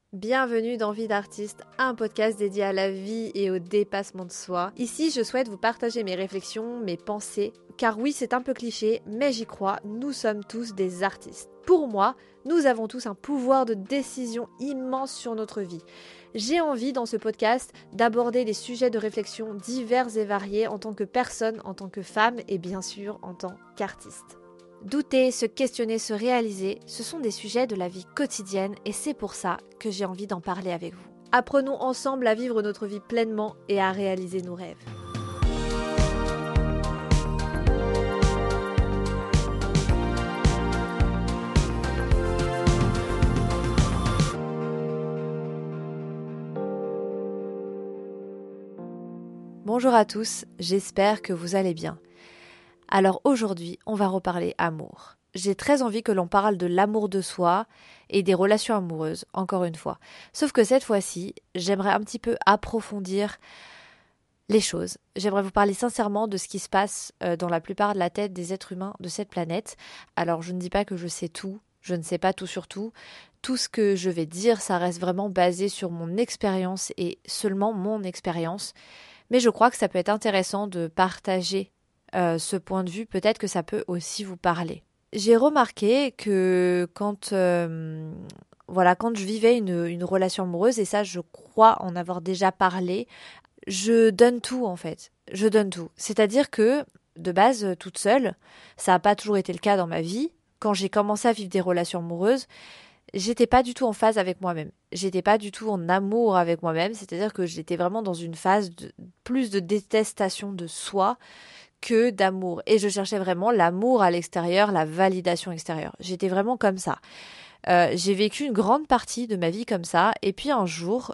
Bienvenue dans Vie d'artiste, un podcast dédié à la vie et au dépassement de soi. Ici, je souhaite vous partager mes réflexions, mes pensées, car oui, c'est un peu cliché, mais j'y crois, nous sommes tous des artistes. Pour moi, nous avons tous un pouvoir de décision immense sur notre vie. J'ai envie dans ce podcast d'aborder des sujets de réflexion divers et variés en tant que personne, en tant que femme et bien sûr en tant qu'artiste. Douter, se questionner, se réaliser, ce sont des sujets de la vie quotidienne et c'est pour ça que j'ai envie d'en parler avec vous. Apprenons ensemble à vivre notre vie pleinement et à réaliser nos rêves. Bonjour à tous, j'espère que vous allez bien. Alors aujourd'hui, on va reparler amour. J'ai très envie que l'on parle de l'amour de soi et des relations amoureuses, encore une fois. Sauf que cette fois-ci, j'aimerais un petit peu approfondir les choses. J'aimerais vous parler sincèrement de ce qui se passe dans la plupart de la tête des êtres humains de cette planète. Alors je ne dis pas que je sais tout, je ne sais pas tout sur tout. Tout ce que je vais dire, ça reste vraiment basé sur mon expérience et seulement mon expérience. Mais je crois que ça peut être intéressant de partager ce point de vue, peut-être que ça peut aussi vous parler. J'ai remarqué que quand je vivais une relation amoureuse, et ça je crois en avoir déjà parlé, je donne tout en fait. Je donne tout. C'est-à-dire que, de base, toute seule, ça n'a pas toujours été le cas dans ma vie. Quand j'ai commencé à vivre des relations amoureuses, j'étais pas du tout en phase avec moi-même. J'étais pas du tout en amour avec moi-même. C'est-à-dire que j'étais vraiment dans une phase plus de détestation de soi que d'amour. Et je cherchais vraiment l'amour à l'extérieur, la validation extérieure. J'étais vraiment comme ça. J'ai vécu une grande partie de ma vie comme ça. Et puis un jour,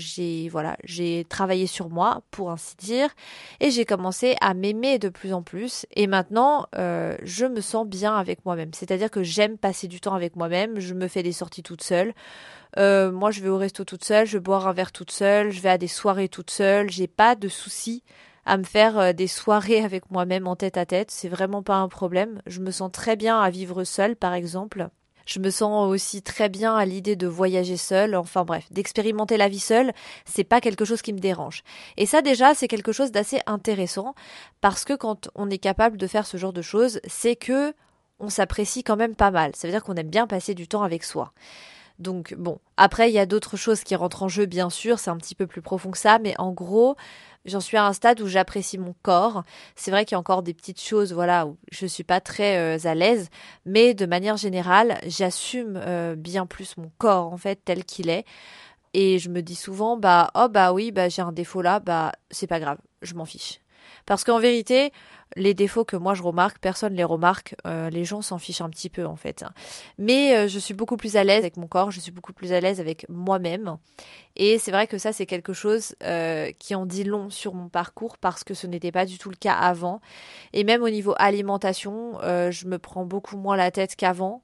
j'ai travaillé sur moi, pour ainsi dire, et j'ai commencé à m'aimer de plus en plus. Et maintenant, je me sens bien avec moi-même. C'est-à-dire que j'aime passer du temps avec moi-même. Je me fais des sorties toute seule. Moi, je vais au resto toute seule, je vais boire un verre toute seule, je vais à des soirées toute seule. J'ai pas de soucis à me faire des soirées avec moi-même en tête à tête. C'est vraiment pas un problème. Je me sens très bien à vivre seule, par exemple. Je me sens aussi très bien à l'idée de voyager seule. Enfin bref, d'expérimenter la vie seule, c'est pas quelque chose qui me dérange. Et ça déjà, c'est quelque chose d'assez intéressant parce que quand on est capable de faire ce genre de choses, c'est que on s'apprécie quand même pas mal. Ça veut dire qu'on aime bien passer du temps avec soi. Donc bon, après il y a d'autres choses qui rentrent en jeu bien sûr, c'est un petit peu plus profond que ça, mais en gros, j'en suis à un stade où j'apprécie mon corps. C'est vrai qu'il y a encore des petites choses, voilà, où je suis pas très à l'aise, mais de manière générale, j'assume bien plus mon corps en fait tel qu'il est. Et je me dis souvent, j'ai un défaut là, c'est pas grave, je m'en fiche. Parce qu'en vérité, les défauts que moi je remarque, personne les remarque, les gens s'en fichent un petit peu en fait. Mais je suis beaucoup plus à l'aise avec mon corps, je suis beaucoup plus à l'aise avec moi-même. Et c'est vrai que ça c'est quelque chose qui en dit long sur mon parcours parce que ce n'était pas du tout le cas avant. Et même au niveau alimentation, je me prends beaucoup moins la tête qu'avant.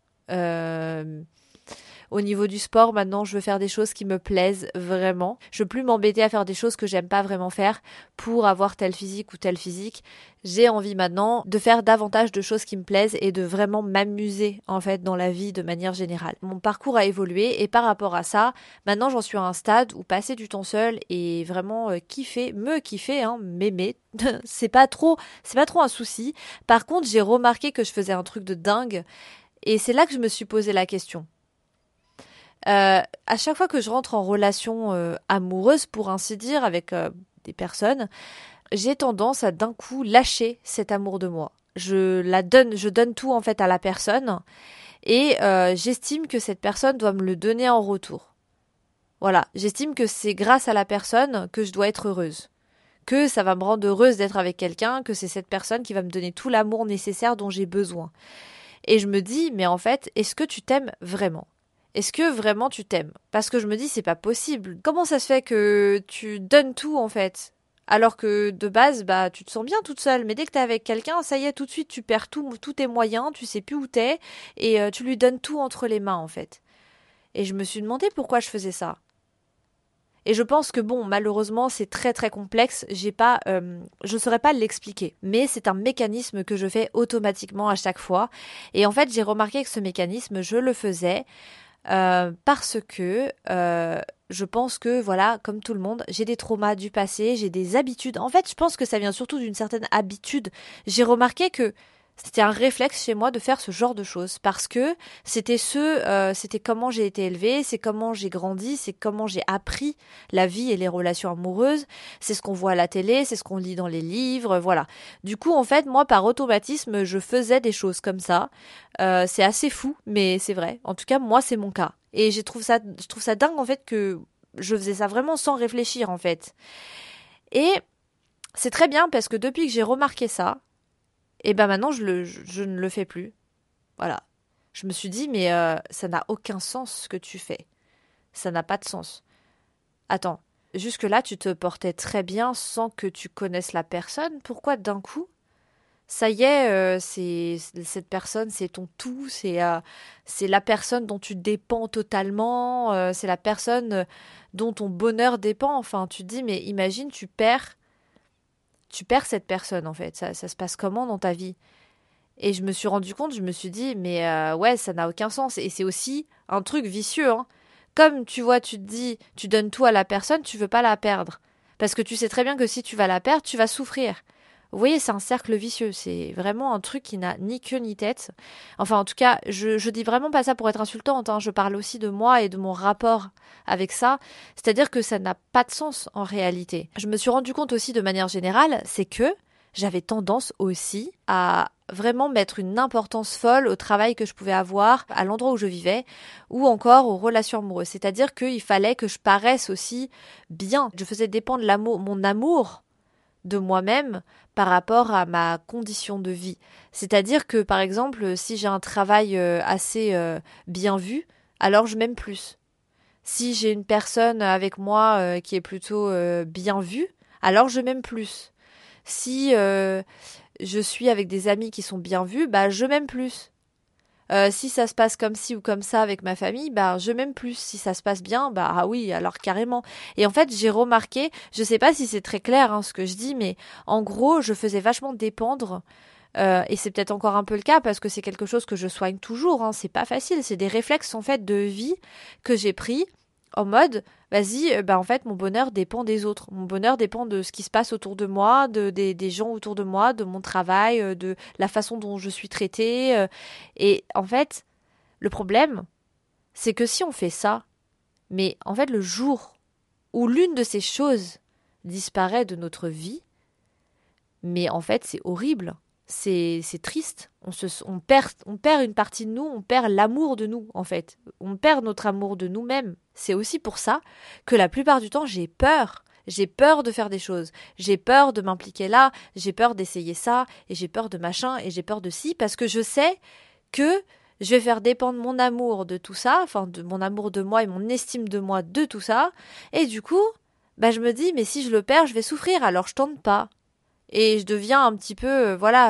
Au niveau du sport, maintenant, je veux faire des choses qui me plaisent vraiment. Je veux plus m'embêter à faire des choses que j'aime pas vraiment faire pour avoir tel physique ou tel physique. J'ai envie maintenant de faire davantage de choses qui me plaisent et de vraiment m'amuser, en fait, dans la vie de manière générale. Mon parcours a évolué et par rapport à ça, maintenant, j'en suis à un stade où passer du temps seul et vraiment me kiffer, m'aimer, c'est pas trop un souci. Par contre, j'ai remarqué que je faisais un truc de dingue et c'est là que je me suis posé la question. À chaque fois que je rentre en relation amoureuse, pour ainsi dire, avec des personnes, j'ai tendance à d'un coup lâcher cet amour de moi. Je donne tout en fait à la personne et j'estime que cette personne doit me le donner en retour. Voilà, j'estime que c'est grâce à la personne que je dois être heureuse. Que ça va me rendre heureuse d'être avec quelqu'un, que c'est cette personne qui va me donner tout l'amour nécessaire dont j'ai besoin. Et je me dis, mais en fait, est-ce que tu t'aimes vraiment ? Est-ce que vraiment tu t'aimes ? Parce que je me dis, c'est pas possible. Comment ça se fait que tu donnes tout, en fait ? Alors que, de base, tu te sens bien toute seule. Mais dès que t'es avec quelqu'un, ça y est, tout de suite, tu perds tous tes moyens, tu sais plus où t'es, et tu lui donnes tout entre les mains, en fait. Et je me suis demandé pourquoi je faisais ça. Et je pense que malheureusement, c'est très très complexe. Je saurais pas l'expliquer. Mais c'est un mécanisme que je fais automatiquement à chaque fois. Et en fait, j'ai remarqué que ce mécanisme, je le faisais parce que je pense que, voilà, comme tout le monde, j'ai des traumas du passé, j'ai des habitudes. En fait, je pense que ça vient surtout d'une certaine habitude. J'ai remarqué que c'était un réflexe chez moi de faire ce genre de choses parce que c'était comment j'ai été élevée, c'est comment j'ai grandi, c'est comment j'ai appris la vie et les relations amoureuses, c'est ce qu'on voit à la télé, c'est ce qu'on lit dans les livres, voilà. Du coup, en fait, moi, par automatisme, je faisais des choses comme ça. C'est assez fou, mais c'est vrai. En tout cas, moi, c'est mon cas. Et je trouve ça dingue en fait que je faisais ça vraiment sans réfléchir en fait. Et c'est très bien parce que depuis que j'ai remarqué ça, et ben maintenant je ne le fais plus. Voilà. Je me suis dit mais ça n'a aucun sens ce que tu fais. Ça n'a pas de sens. Attends, jusque-là tu te portais très bien sans que tu connaisses la personne. Pourquoi d'un coup ça y est, c'est cette personne, c'est ton tout, c'est la personne dont tu dépends totalement, c'est la personne dont ton bonheur dépend. Enfin, tu te dis, mais imagine, tu perds cette personne en fait. Ça se passe comment dans ta vie? Et je me suis rendu compte, je me suis dit, mais ouais, ça n'a aucun sens. Et c'est aussi un truc vicieux, hein. Comme tu vois, tu te dis, tu donnes tout à la personne, tu veux pas la perdre. Parce que tu sais très bien que si tu vas la perdre, tu vas souffrir. Vous voyez, c'est un cercle vicieux. C'est vraiment un truc qui n'a ni queue ni tête. Enfin, en tout cas, je dis vraiment pas ça pour être insultante, hein. Je parle aussi de moi et de mon rapport avec ça. C'est-à-dire que ça n'a pas de sens en réalité. Je me suis rendu compte aussi de manière générale, c'est que j'avais tendance aussi à vraiment mettre une importance folle au travail que je pouvais avoir, à l'endroit où je vivais, ou encore aux relations amoureuses. C'est-à-dire qu'il fallait que je paraisse aussi bien. Je faisais dépendre mon amour de moi-même par rapport à ma condition de vie. C'est-à-dire que, par exemple, si j'ai un travail assez bien vu, alors je m'aime plus. Si j'ai une personne avec moi qui est plutôt bien vue, alors je m'aime plus. Si je suis avec des amis qui sont bien vus, bah je m'aime plus. Si ça se passe comme ci ou comme ça avec ma famille, bah je m'aime plus. Si ça se passe bien, bah ah oui, alors carrément. Et en fait, j'ai remarqué, je sais pas si c'est très clair ce que je dis, mais en gros, je faisais vachement dépendre. Et c'est peut-être encore un peu le cas parce que c'est quelque chose que je soigne toujours. C'est pas facile, c'est des réflexes en fait de vie que j'ai pris en mode vas-y, bah en fait mon bonheur dépend des autres. Mon bonheur dépend de ce qui se passe autour de moi, des gens autour de moi, de mon travail, de la façon dont je suis traitée. Et en fait, le problème, c'est que si on fait ça, mais en fait le jour où l'une de ces choses disparaît de notre vie, mais en fait c'est horrible. C'est triste. On perd une partie de nous, on perd l'amour de nous, en fait. On perd notre amour de nous-mêmes. C'est aussi pour ça que la plupart du temps, j'ai peur. J'ai peur de faire des choses. J'ai peur de m'impliquer là. J'ai peur d'essayer ça. Et j'ai peur de machin. Et j'ai peur de ci. Parce que je sais que je vais faire dépendre mon amour de tout ça. Enfin, de mon amour de moi et mon estime de moi de tout ça. Et du coup, bah, je me dis, mais si je le perds, je vais souffrir. Alors je tente pas. Et je deviens un petit peu,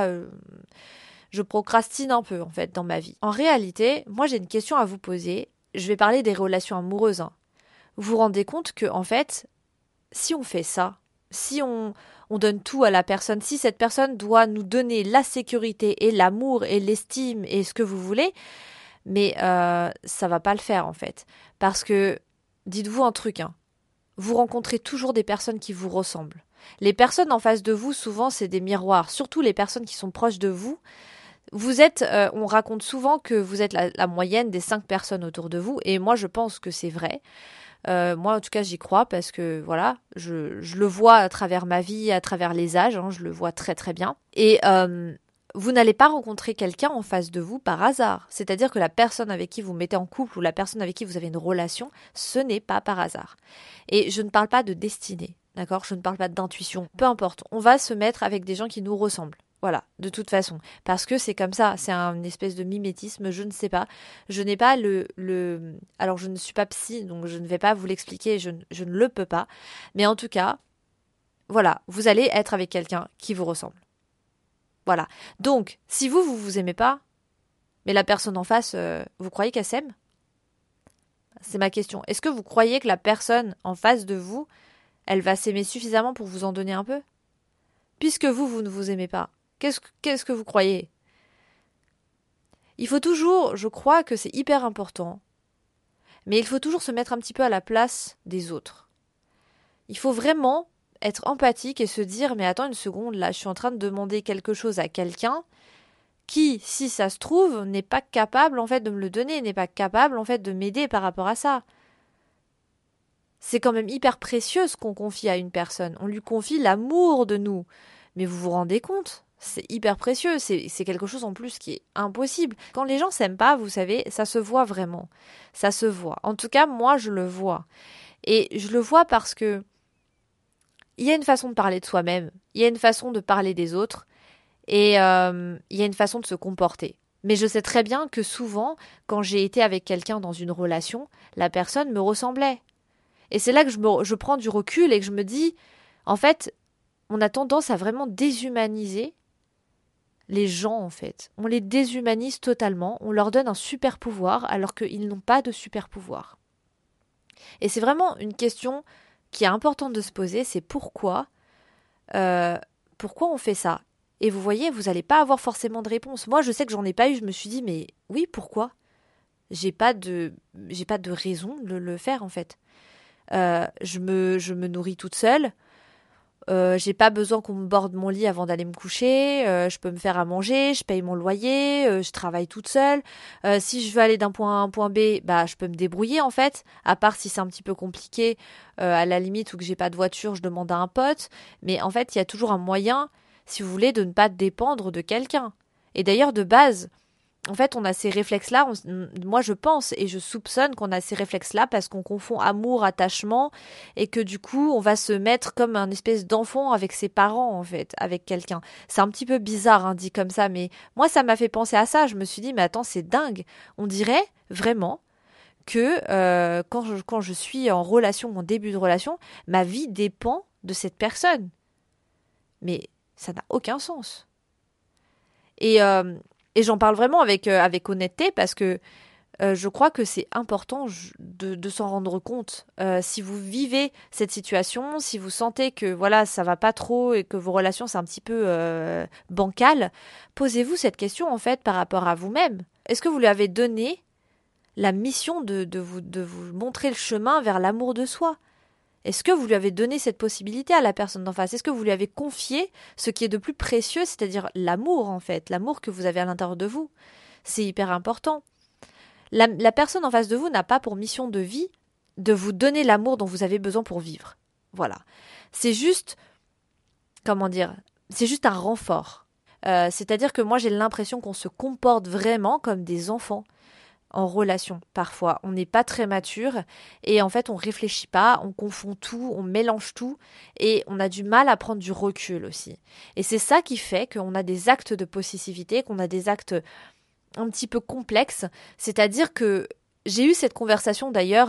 je procrastine un peu en fait dans ma vie. En réalité, moi j'ai une question à vous poser. Je vais parler des relations amoureuses. Vous vous rendez compte que en fait, si on fait ça, si on donne tout à la personne, si cette personne doit nous donner la sécurité et l'amour et l'estime et ce que vous voulez, mais ça va pas le faire en fait. Parce que, dites-vous un truc, vous rencontrez toujours des personnes qui vous ressemblent. Les personnes en face de vous, souvent, c'est des miroirs. Surtout les personnes qui sont proches de vous. Vous êtes, on raconte souvent que vous êtes la moyenne des 5 personnes autour de vous. Et moi, je pense que c'est vrai. Moi, en tout cas, j'y crois parce que, voilà, je le vois à travers ma vie, à travers les âges. Je le vois très, très bien. Et vous n'allez pas rencontrer quelqu'un en face de vous par hasard. C'est-à-dire que la personne avec qui vous mettez en couple ou la personne avec qui vous avez une relation, ce n'est pas par hasard. Et je ne parle pas de destinée. D'accord, je ne parle pas d'intuition. Peu importe, on va se mettre avec des gens qui nous ressemblent. Voilà, de toute façon. Parce que c'est comme ça, c'est une espèce de mimétisme, je ne sais pas. Je n'ai pas Alors, je ne suis pas psy, donc je ne vais pas vous l'expliquer, je ne le peux pas. Mais en tout cas, voilà, vous allez être avec quelqu'un qui vous ressemble. Voilà. Donc, si vous aimez pas, mais la personne en face, vous croyez qu'elle s'aime? C'est ma question. Est-ce que vous croyez que la personne en face de vous, elle va s'aimer suffisamment pour vous en donner un peu? Puisque vous ne vous aimez pas, qu'est-ce que vous croyez? Il faut toujours, je crois que c'est hyper important Mais il faut toujours se mettre un petit peu à la place des autres. Il faut vraiment être empathique et se dire, mais attends une seconde, là, je suis en train de demander quelque chose à quelqu'un qui, si ça se trouve, n'est pas capable, en fait, de me le donner, n'est pas capable, en fait, de m'aider par rapport à ça. C'est quand même hyper précieux ce qu'on confie à une personne. On lui confie l'amour de nous. Mais vous vous rendez compte? C'est hyper précieux. C'est quelque chose en plus qui est impossible. Quand les gens s'aiment pas, vous savez, ça se voit vraiment. Ça se voit. En tout cas, moi, je le vois. Et je le vois parce que il y a une façon de parler de soi-même. Il y a une façon de parler des autres. Et il y a une façon de se comporter. Mais je sais très bien que souvent, quand j'ai été avec quelqu'un dans une relation, la personne me ressemblait. Et c'est là que je prends du recul et que je me dis, en fait, on a tendance à vraiment déshumaniser les gens, en fait. On les déshumanise totalement, on leur donne un super pouvoir alors qu'ils n'ont pas de super pouvoir. Et c'est vraiment une question qui est importante de se poser, c'est pourquoi on fait ça? Et vous voyez, vous n'allez pas avoir forcément de réponse. Moi, je sais que j'en ai pas eu, je me suis dit, mais oui, pourquoi? J'ai pas de raison de le faire, en fait. Je me nourris toute seule. J'ai pas besoin qu'on me borde mon lit avant d'aller me coucher. Je peux me faire à manger, je paye mon loyer, je travaille toute seule. Si je veux aller d'un point A à un point B, bah je peux me débrouiller en fait. À part si c'est un petit peu compliqué, à la limite ou que j'ai pas de voiture, je demande à un pote. Mais en fait, il y a toujours un moyen, si vous voulez, de ne pas dépendre de quelqu'un. Et d'ailleurs, de base, en fait, on a ces réflexes-là, moi je pense et je soupçonne qu'on a ces réflexes-là parce qu'on confond amour, attachement et que du coup, on va se mettre comme un espèce d'enfant avec ses parents en fait, avec quelqu'un. C'est un petit peu bizarre hein, dit comme ça, mais moi ça m'a fait penser à ça. Je me suis dit, mais attends, c'est dingue. On dirait vraiment que quand je suis en relation, en début de relation, ma vie dépend de cette personne. Mais ça n'a aucun sens. Et, euh, et j'en parle vraiment avec honnêteté parce que je crois que c'est important de s'en rendre compte. Si vous vivez cette situation, si vous sentez que voilà ça va pas trop et que vos relations c'est un petit peu bancal, posez-vous cette question en fait par rapport à vous-même. Est-ce que vous lui avez donné la mission de vous montrer le chemin vers l'amour de soi? Est-ce que vous lui avez donné cette possibilité à la personne d'en face? Est-ce que vous lui avez confié ce qui est de plus précieux, c'est-à-dire l'amour en fait, l'amour que vous avez à l'intérieur de vous? C'est hyper important. La personne en face de vous n'a pas pour mission de vie de vous donner l'amour dont vous avez besoin pour vivre. Voilà. C'est juste, comment dire, c'est juste un renfort. C'est-à-dire que moi j'ai l'impression qu'on se comporte vraiment comme des enfants en relation parfois. On n'est pas très mature et en fait on réfléchit pas, on confond tout, on mélange tout et on a du mal à prendre du recul aussi. Et c'est ça qui fait qu'on a des actes de possessivité, qu'on a des actes un petit peu complexes. C'est-à-dire que j'ai eu cette conversation d'ailleurs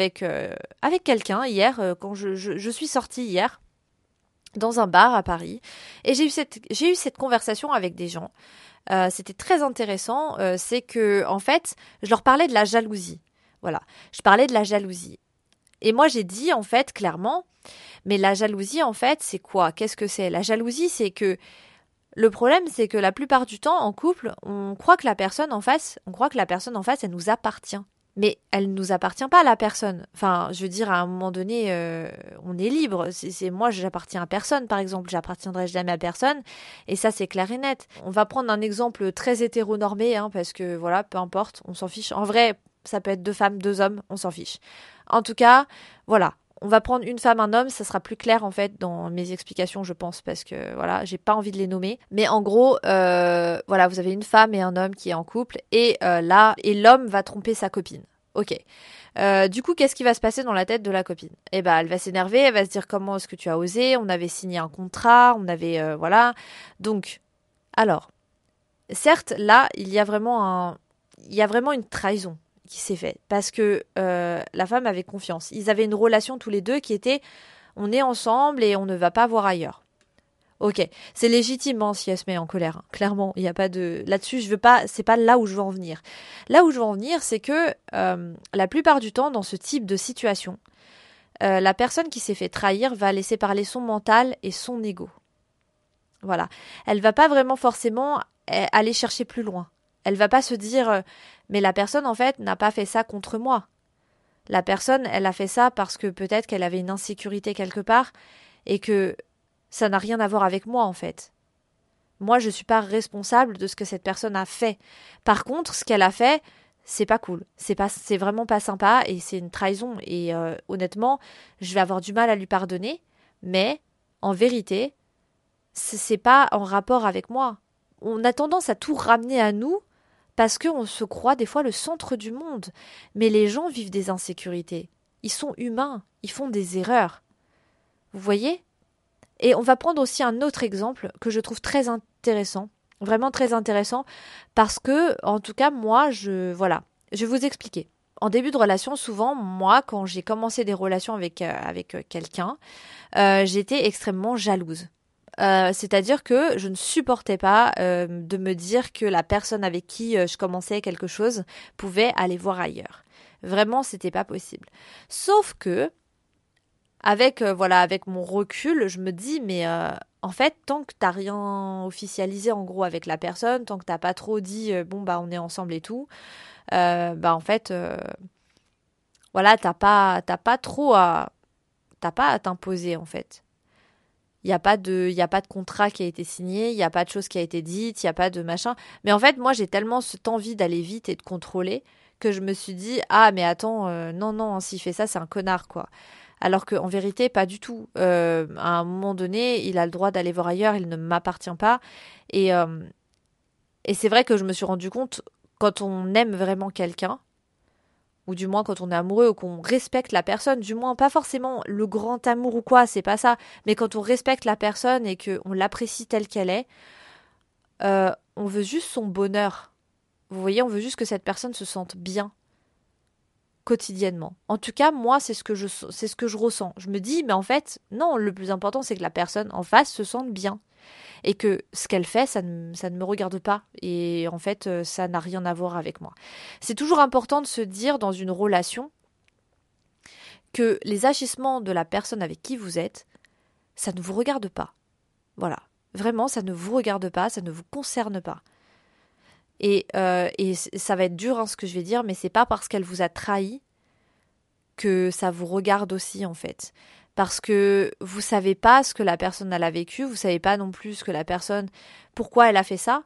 avec quelqu'un hier, quand je suis sortie hier dans un bar à Paris et j'ai eu cette conversation avec des gens. C'était très intéressant, c'est que en fait, je leur parlais de la jalousie. Voilà, je parlais de la jalousie. Et moi, j'ai dit en fait clairement, mais la jalousie en fait, c'est quoi? Qu'est-ce que c'est? La jalousie, c'est que le problème, c'est que la plupart du temps en couple, on croit que la personne en face, elle nous appartient. Mais elle ne nous appartient pas à la personne. Enfin, je veux dire, à un moment donné, on est libre. Moi, j'appartiens à personne, par exemple. J'appartiendrai jamais à personne. Et ça, c'est clair et net. On va prendre un exemple très hétéronormé, hein, parce que voilà, peu importe, on s'en fiche. En vrai, ça peut être deux femmes, deux hommes, on s'en fiche. En tout cas, voilà. On va prendre une femme, un homme, ça sera plus clair en fait dans mes explications, je pense, parce que voilà, j'ai pas envie de les nommer. Mais en gros, voilà, vous avez une femme et un homme qui est en couple, et l'homme va tromper sa copine. Ok. Du coup, qu'est-ce qui va se passer dans la tête de la copine? Eh ben, elle va s'énerver, elle va se dire comment est-ce que tu as osé? On avait signé un contrat, on avait voilà. Donc, alors, certes, là, il y a vraiment une trahison qui s'est faite parce que la femme avait confiance. Ils avaient une relation tous les deux qui était on est ensemble et on ne va pas voir ailleurs. Ok, c'est légitime hein, si elle se met en colère. Hein. Clairement, il n'y a pas de là-dessus. Je veux pas. C'est pas là où je veux en venir. Là où je veux en venir, c'est que la plupart du temps, dans ce type de situation, la personne qui s'est fait trahir va laisser parler son mental et son ego. Voilà. Elle va pas vraiment forcément aller chercher plus loin. Elle va pas se dire mais la personne en fait n'a pas fait ça contre moi. La personne, elle a fait ça parce que peut-être qu'elle avait une insécurité quelque part et que ça n'a rien à voir avec moi en fait. Moi, je ne suis pas responsable de ce que cette personne a fait. Par contre, ce qu'elle a fait, c'est pas cool. C'est vraiment pas sympa et c'est une trahison. Et honnêtement, je vais avoir du mal à lui pardonner. Mais en vérité, c'est pas en rapport avec moi. On a tendance à tout ramener à nous parce qu'on se croit des fois le centre du monde. Mais les gens vivent des insécurités. Ils sont humains. Ils font des erreurs. Vous voyez? Et on va prendre aussi un autre exemple que je trouve très intéressant, vraiment très intéressant, parce que, en tout cas, moi, voilà, je vais vous expliquer. En début de relation, souvent, moi, quand j'ai commencé des relations avec quelqu'un, j'étais extrêmement jalouse. C'est-à-dire que je ne supportais pas de me dire que la personne avec qui je commençais quelque chose pouvait aller voir ailleurs. Vraiment, c'était pas possible. Sauf que avec mon recul, je me dis mais en fait, tant que t'as rien officialisé en gros avec la personne, tant que t'as pas trop dit bon bah on est ensemble et tout, bah en fait voilà, t'as pas à t'imposer en fait. Il y a pas de contrat qui a été signé, il y a pas de chose qui a été dite, il y a pas de machin. Mais en fait, moi j'ai tellement cette envie d'aller vite et de contrôler que je me suis dit ah mais attends non non, hein, s'il fait ça, c'est un connard quoi. Alors qu'en vérité, pas du tout. À un moment donné, il a le droit d'aller voir ailleurs, il ne m'appartient pas. Et, euh, et c'est vrai que je me suis rendu compte, quand on aime vraiment quelqu'un, ou du moins quand on est amoureux, ou qu'on respecte la personne, du moins pas forcément le grand amour ou quoi, c'est pas ça, mais quand on respecte la personne et qu'on l'apprécie telle qu'elle est, on veut juste son bonheur. Vous voyez, on veut juste que cette personne se sente bien quotidiennement. En tout cas, moi, c'est ce que je ressens. Je me dis, mais en fait, non, le plus important, c'est que la personne en face se sente bien. Et que ce qu'elle fait, ça ne me regarde pas. Et en fait, ça n'a rien à voir avec moi. C'est toujours important de se dire dans une relation que les agissements de la personne avec qui vous êtes, ça ne vous regarde pas. Voilà. Vraiment, ça ne vous regarde pas, ça ne vous concerne pas. Et ça va être dur ce que je vais dire, mais c'est pas parce qu'elle vous a trahi que ça vous regarde aussi en fait. Parce que vous savez pas ce que la personne elle a vécu, vous savez pas non plus ce que la personne, pourquoi elle a fait ça.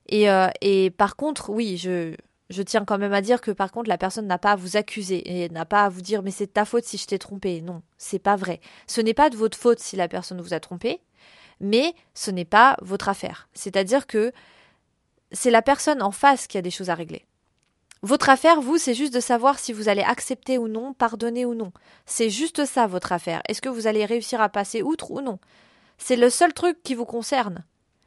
Et par contre, oui, je tiens quand même à dire que par contre la personne n'a pas à vous accuser et n'a pas à vous dire mais c'est de ta faute si je t'ai trompé. Non, c'est pas vrai. Ce n'est pas de votre faute si la personne vous a trompé, mais ce n'est pas votre affaire. C'est-à-dire que c'est la personne en face qui a des choses à régler. Votre affaire, vous, c'est juste de savoir si vous allez accepter ou non, pardonner ou non. C'est juste ça, votre affaire. Est-ce que vous allez réussir à passer outre ou non? C'est le seul truc qui vous concerne.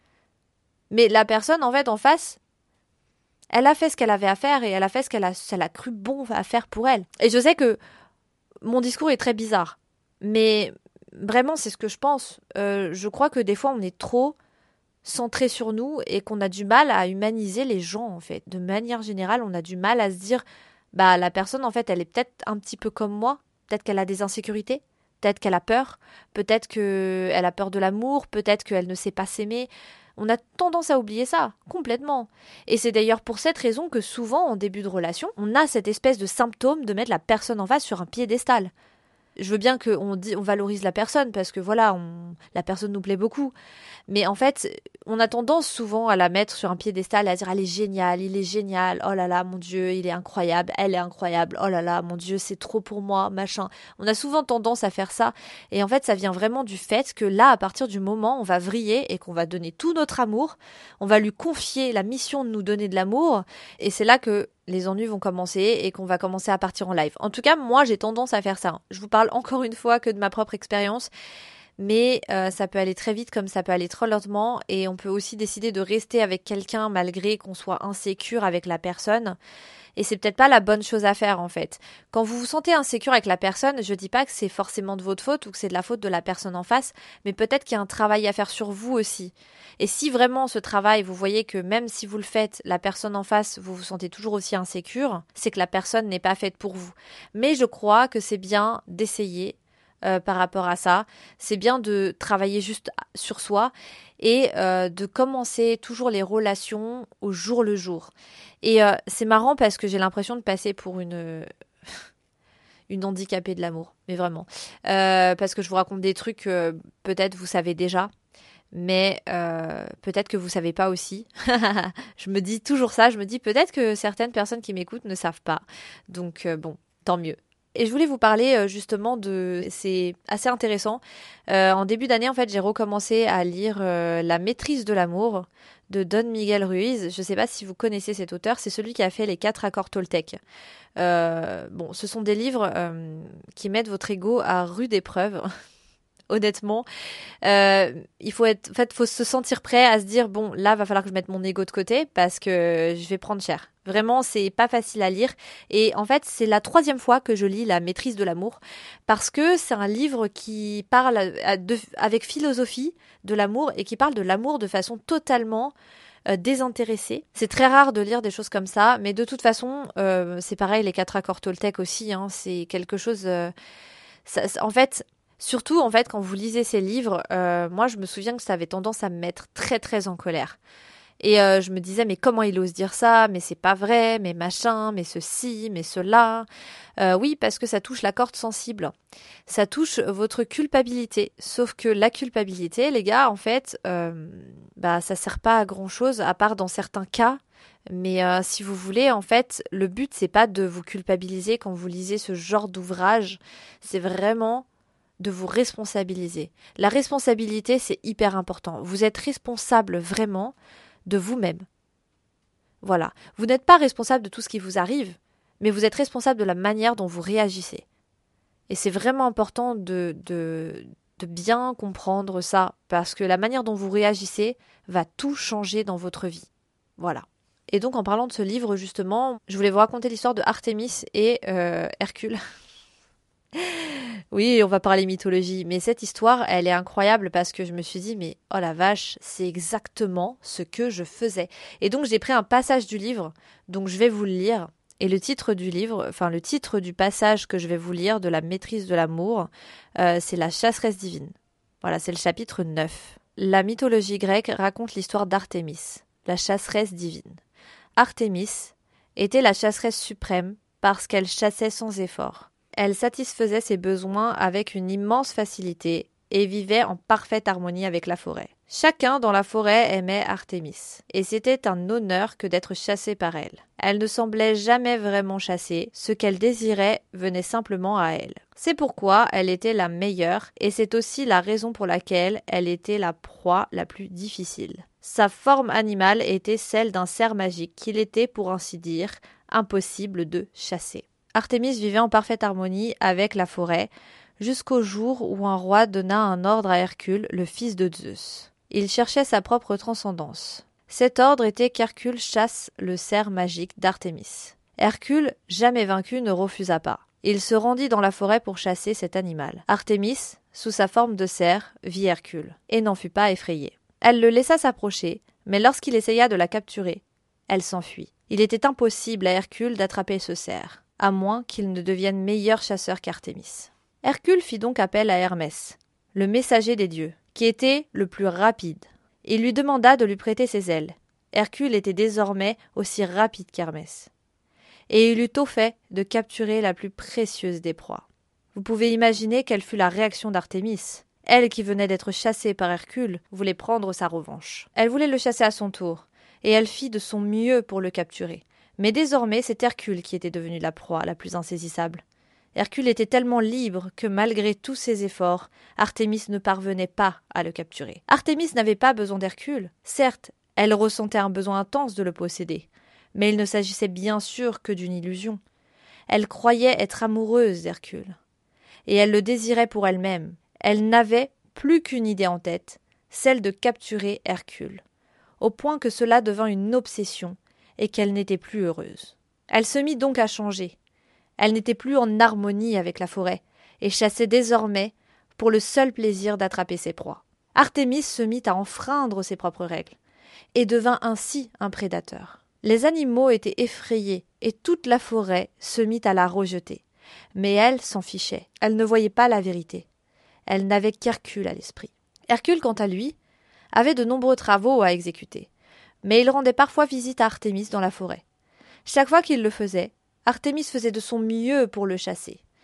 Mais la personne, en fait, en face, elle a fait ce qu'elle avait à faire et elle a fait elle a cru bon à faire pour elle. Et je sais que mon discours est très bizarre. Mais vraiment, c'est ce que je pense. Je crois que des fois, on est trop centré sur nous et qu'on a du mal à humaniser les gens en fait. De manière générale, on a du mal à se dire bah la personne en fait, elle est peut-être un petit peu comme moi, peut-être qu'elle a des insécurités, peut-être qu'elle a peur, peut-être qu'elle a peur de l'amour, peut-être qu'elle ne sait pas s'aimer. On a tendance à oublier ça, complètement. Et c'est d'ailleurs pour cette raison que souvent, en début de relation, on a cette espèce de symptôme de mettre la personne en face sur un piédestal. Je veux bien on valorise la personne parce que voilà, la personne nous plaît beaucoup. Mais en fait, on a tendance souvent à la mettre sur un piédestal et à dire elle est géniale, il est génial, oh là là, mon Dieu, il est incroyable, elle est incroyable, oh là là, mon Dieu, c'est trop pour moi, machin. On a souvent tendance à faire ça. Et en fait, ça vient vraiment du fait que là, à partir du moment où on va vriller et qu'on va donner tout notre amour, on va lui confier la mission de nous donner de l'amour. Et c'est là que les ennuis vont commencer et qu'on va commencer à partir en live. En tout cas, moi, j'ai tendance à faire ça. Je vous parle encore une fois que de ma propre expérience. Mais ça peut aller très vite comme ça peut aller trop lentement et on peut aussi décider de rester avec quelqu'un malgré qu'on soit insécure avec la personne. Et c'est peut-être pas la bonne chose à faire en fait. Quand vous vous sentez insécure avec la personne, je dis pas que c'est forcément de votre faute ou que c'est de la faute de la personne en face, mais peut-être qu'il y a un travail à faire sur vous aussi. Et si vraiment ce travail, vous voyez que même si vous le faites, la personne en face, vous vous sentez toujours aussi insécure, c'est que la personne n'est pas faite pour vous. Mais je crois que c'est bien d'essayer par rapport à ça. C'est bien de travailler juste sur soi et de commencer toujours les relations au jour le jour. Et c'est marrant parce que j'ai l'impression de passer pour une handicapée de l'amour, mais vraiment. Parce que je vous raconte des trucs que peut-être vous savez déjà, mais peut-être que vous savez pas aussi. Je me dis toujours ça, je me dis peut-être que certaines personnes qui m'écoutent ne savent pas. Donc bon, tant mieux. Et je voulais vous parler justement de... C'est assez intéressant. En début d'année, en fait, j'ai recommencé à lire La maîtrise de l'amour de Don Miguel Ruiz. Je ne sais pas si vous connaissez cet auteur, c'est celui qui a fait les 4 accords Toltec. Bon, ce sont des livres qui mettent votre ego à rude épreuve. Honnêtement, il faut être, en fait, faut se sentir prêt à se dire bon, là, va falloir que je mette mon ego de côté parce que je vais prendre cher. Vraiment, c'est pas facile à lire. Et en fait, c'est la 3e fois que je lis La maîtrise de l'amour parce que c'est un livre qui parle avec philosophie de l'amour et qui parle de l'amour de façon totalement désintéressée. C'est très rare de lire des choses comme ça, mais de toute façon, c'est pareil, les 4 accords Toltec aussi, hein, c'est quelque chose. En fait. Surtout, en fait, quand vous lisez ces livres, moi, je me souviens que ça avait tendance à me mettre très, très en colère. Et je me disais, mais comment il ose dire ça? Mais c'est pas vrai, mais machin, mais ceci, mais cela. Oui, parce que ça touche la corde sensible. Ça touche votre culpabilité. Sauf que la culpabilité, les gars, en fait, ça sert pas à grand-chose, à part dans certains cas. Mais si vous voulez, en fait, le but, c'est pas de vous culpabiliser quand vous lisez ce genre d'ouvrage. C'est vraiment de vous responsabiliser. La responsabilité, c'est hyper important. Vous êtes responsable vraiment de vous-même. Voilà. Vous n'êtes pas responsable de tout ce qui vous arrive, mais vous êtes responsable de la manière dont vous réagissez. Et c'est vraiment important de bien comprendre ça, parce que la manière dont vous réagissez va tout changer dans votre vie. Voilà. Et donc, en parlant de ce livre, justement, je voulais vous raconter l'histoire de Artémis et Hercule. Oui, on va parler mythologie, mais cette histoire, elle est incroyable parce que je me suis dit, mais oh la vache, c'est exactement ce que je faisais. Et donc j'ai pris un passage du livre, donc je vais vous le lire. Et le titre du livre, enfin le titre du passage que je vais vous lire de La maîtrise de l'amour, c'est La chasseresse divine. Voilà, c'est le chapitre 9. La mythologie grecque raconte l'histoire d'Artémis, la chasseresse divine. Artémis était la chasseresse suprême parce qu'elle chassait sans effort. Elle satisfaisait ses besoins avec une immense facilité et vivait en parfaite harmonie avec la forêt. Chacun dans la forêt aimait Artémis, et c'était un honneur que d'être chassé par elle. Elle ne semblait jamais vraiment chassée, ce qu'elle désirait venait simplement à elle. C'est pourquoi elle était la meilleure, et c'est aussi la raison pour laquelle elle était la proie la plus difficile. Sa forme animale était celle d'un cerf magique qu'il était, pour ainsi dire, impossible de chasser. Artémis vivait en parfaite harmonie avec la forêt, jusqu'au jour où un roi donna un ordre à Hercule, le fils de Zeus. Il cherchait sa propre transcendance. Cet ordre était qu'Hercule chasse le cerf magique d'Artémis. Hercule, jamais vaincu, ne refusa pas. Il se rendit dans la forêt pour chasser cet animal. Artémis, sous sa forme de cerf, vit Hercule, et n'en fut pas effrayée. Elle le laissa s'approcher, mais lorsqu'il essaya de la capturer, elle s'enfuit. Il était impossible à Hercule d'attraper ce cerf, à moins qu'il ne devienne meilleur chasseur qu'Artémis. Hercule fit donc appel à Hermès, le messager des dieux, qui était le plus rapide. Il lui demanda de lui prêter ses ailes. Hercule était désormais aussi rapide qu'Hermès. Et il eut au fait de capturer la plus précieuse des proies. Vous pouvez imaginer quelle fut la réaction d'Artémis. Elle, qui venait d'être chassée par Hercule, voulait prendre sa revanche. Elle voulait le chasser à son tour, et elle fit de son mieux pour le capturer. Mais désormais, c'est Hercule qui était devenu la proie la plus insaisissable. Hercule était tellement libre que, malgré tous ses efforts, Artémis ne parvenait pas à le capturer. Artémis n'avait pas besoin d'Hercule. Certes, elle ressentait un besoin intense de le posséder, mais il ne s'agissait bien sûr que d'une illusion. Elle croyait être amoureuse d'Hercule, et elle le désirait pour elle-même. Elle n'avait plus qu'une idée en tête, celle de capturer Hercule, au point que cela devint une obsession, et qu'elle n'était plus heureuse. Elle se mit donc à changer. Elle n'était plus en harmonie avec la forêt, et chassait désormais pour le seul plaisir d'attraper ses proies. Artémis se mit à enfreindre ses propres règles, et devint ainsi un prédateur. Les animaux étaient effrayés, et toute la forêt se mit à la rejeter. Mais elle s'en fichait, elle ne voyait pas la vérité. Elle n'avait qu'Hercule à l'esprit. Hercule, quant à lui, avait de nombreux travaux à exécuter, mais il rendait parfois visite à Artémis dans la forêt. Chaque fois qu'il le faisait, Artémis faisait de son mieux pour le chasser.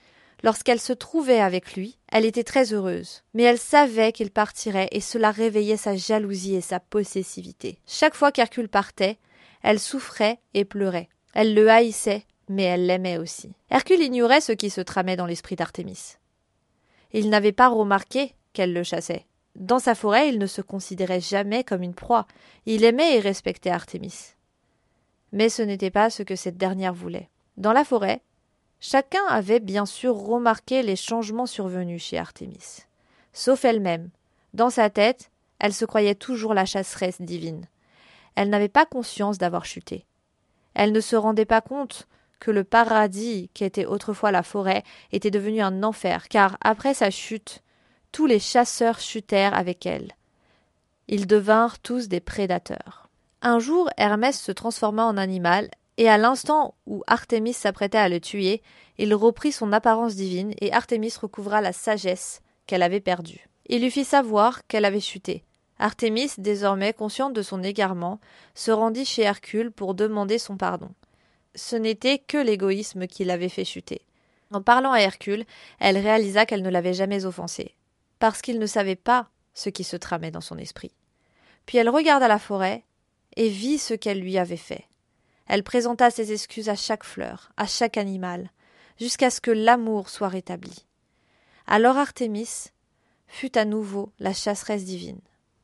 Lorsqu'elle se trouvait avec lui, elle était très heureuse. Mais elle savait qu'il partirait et cela réveillait sa jalousie et sa possessivité. Chaque fois qu'Hercule partait, elle souffrait et pleurait. Elle le haïssait, mais elle l'aimait aussi. Hercule ignorait ce qui se tramait dans l'esprit d'Artémis. Il n'avait pas remarqué qu'elle le chassait. Dans sa forêt, il ne se considérait jamais comme une proie. Il aimait et respectait Artémis. Mais ce n'était pas ce que cette dernière voulait. Dans la forêt, chacun avait bien sûr remarqué les changements survenus chez Artémis. Sauf elle-même. Dans sa tête, elle se croyait toujours la chasseresse divine. Elle n'avait pas conscience d'avoir chuté. Elle ne se rendait pas compte que le paradis qu'était autrefois la forêt était devenu un enfer, car après sa chute, tous les chasseurs chutèrent avec elle. Ils devinrent tous des prédateurs. Un jour, Hermès se transforma en animal, et à l'instant où Artémis s'apprêtait à le tuer, il reprit son apparence divine, et Artémis recouvra la sagesse qu'elle avait perdue. Il lui fit savoir qu'elle avait chuté. Artémis, désormais consciente de son égarement, se rendit chez Hercule pour demander son pardon. Ce n'était que l'égoïsme qui l'avait fait chuter. En parlant à Hercule, elle réalisa qu'elle ne l'avait jamais offensé, parce qu'il ne savait pas ce qui se tramait dans son esprit. Puis elle regarda la forêt et vit ce qu'elle lui avait fait. Elle présenta ses excuses à chaque fleur, à chaque animal, jusqu'à ce que l'amour soit rétabli. Alors Artémis fut à nouveau la chasseresse divine.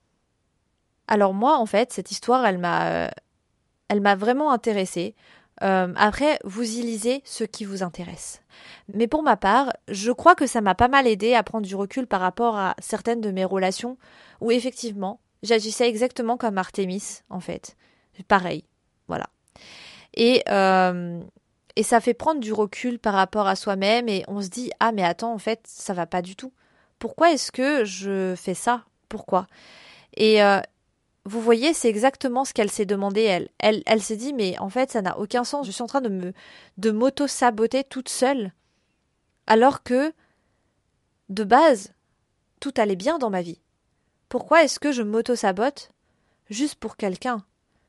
Alors moi, en fait, cette histoire, elle m'a vraiment intéressée. Après, vous y lisez ce qui vous intéresse. Mais pour ma part, je crois que ça m'a pas mal aidé à prendre du recul par rapport à certaines de mes relations où effectivement, j'agissais exactement comme Artémis, en fait. Pareil, voilà. Et ça fait prendre du recul par rapport à soi-même et on se dit « Ah mais attends, en fait, ça va pas du tout. Pourquoi est-ce que je fais ça ? Pourquoi ?» Et vous voyez, c'est exactement ce qu'elle s'est demandé, elle. Elle s'est dit, mais en fait, ça n'a aucun sens. Je suis en train de m'auto-saboter toute seule, alors que, de base, tout allait bien dans ma vie. Pourquoi est-ce que je m'auto-sabote juste pour quelqu'un ?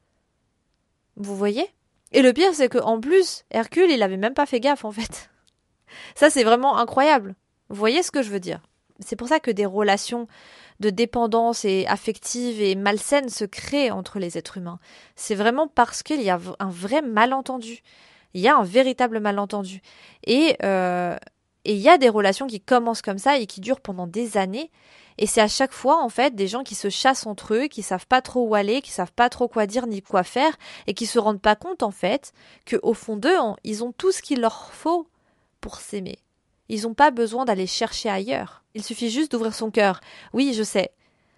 Vous voyez ? Et le pire, c'est qu'en plus, Hercule, il avait même pas fait gaffe, en fait. Ça, c'est vraiment incroyable. Vous voyez ce que je veux dire ? C'est pour ça que des relations de dépendance et affective et malsaine se créent entre les êtres humains. C'est vraiment parce qu'il y a un vrai malentendu. Il y a un véritable malentendu. Et il y a des relations qui commencent comme ça et qui durent pendant des années. Et c'est à chaque fois, en fait, des gens qui se chassent entre eux, qui savent pas trop où aller, qui savent pas trop quoi dire ni quoi faire, et qui se rendent pas compte, en fait, qu'au fond d'eux, ils ont tout ce qu'il leur faut pour s'aimer. Ils n'ont pas besoin d'aller chercher ailleurs. Il suffit juste d'ouvrir son cœur. Oui, je sais.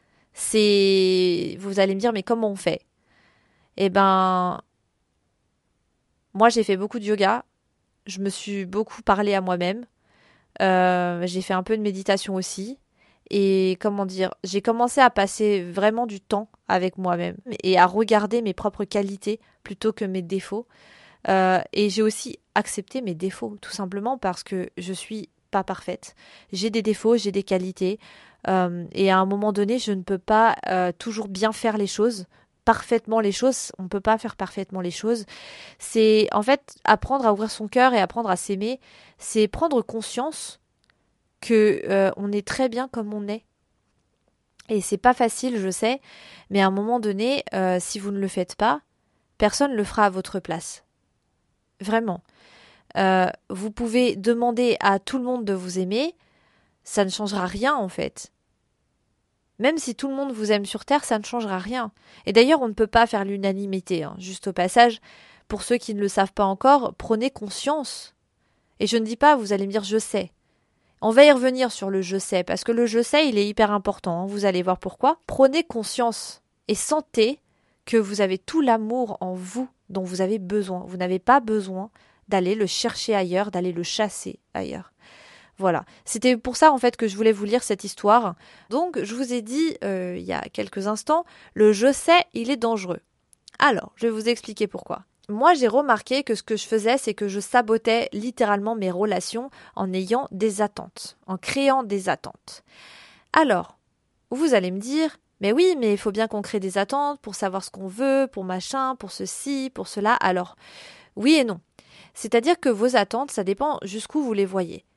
Vous allez me dire, mais comment on fait ? Eh ben, moi j'ai fait beaucoup de yoga. Je me suis beaucoup parlé à moi-même. J'ai fait un peu de méditation aussi. Et comment dire, j'ai commencé à passer vraiment du temps avec moi-même et à regarder mes propres qualités plutôt que mes défauts. Et j'ai aussi accepté mes défauts, tout simplement parce que je suis pas parfaite. J'ai des défauts, j'ai des qualités. Et à un moment donné, je ne peux pas toujours bien faire les choses, parfaitement les choses. On ne peut pas faire parfaitement les choses. C'est en fait apprendre à ouvrir son cœur et apprendre à s'aimer. C'est prendre conscience que on est très bien comme on est. Et c'est pas facile, je sais, mais à un moment donné, si vous ne le faites pas, personne ne le fera à votre place. Vraiment. Vous pouvez demander à tout le monde de vous aimer, ça ne changera rien en fait. Même si tout le monde vous aime sur Terre, ça ne changera rien. Et d'ailleurs, on ne peut pas faire l'unanimité. Hein. Juste au passage, pour ceux qui ne le savent pas encore, prenez conscience. Et je ne dis pas, vous allez me dire je sais. On va y revenir sur le je sais, parce que le je sais, il est hyper important. Hein. Vous allez voir pourquoi. Prenez conscience et sentez que vous avez tout l'amour en vous dont vous avez besoin. Vous n'avez pas besoin d'aller le chercher ailleurs, d'aller le chasser ailleurs. Voilà, c'était pour ça en fait que je voulais vous lire cette histoire. Donc je vous ai dit il y a quelques instants, le je sais, il est dangereux. Alors, je vais vous expliquer pourquoi. Moi, j'ai remarqué que ce que je faisais, c'est que je sabotais littéralement mes relations en ayant des attentes, en créant des attentes. Alors, vous allez me dire, mais oui, mais il faut bien qu'on crée des attentes pour savoir ce qu'on veut, pour machin, pour ceci, pour cela. Alors, oui et non. C'est-à-dire que vos attentes, ça dépend jusqu'où vous les voyez.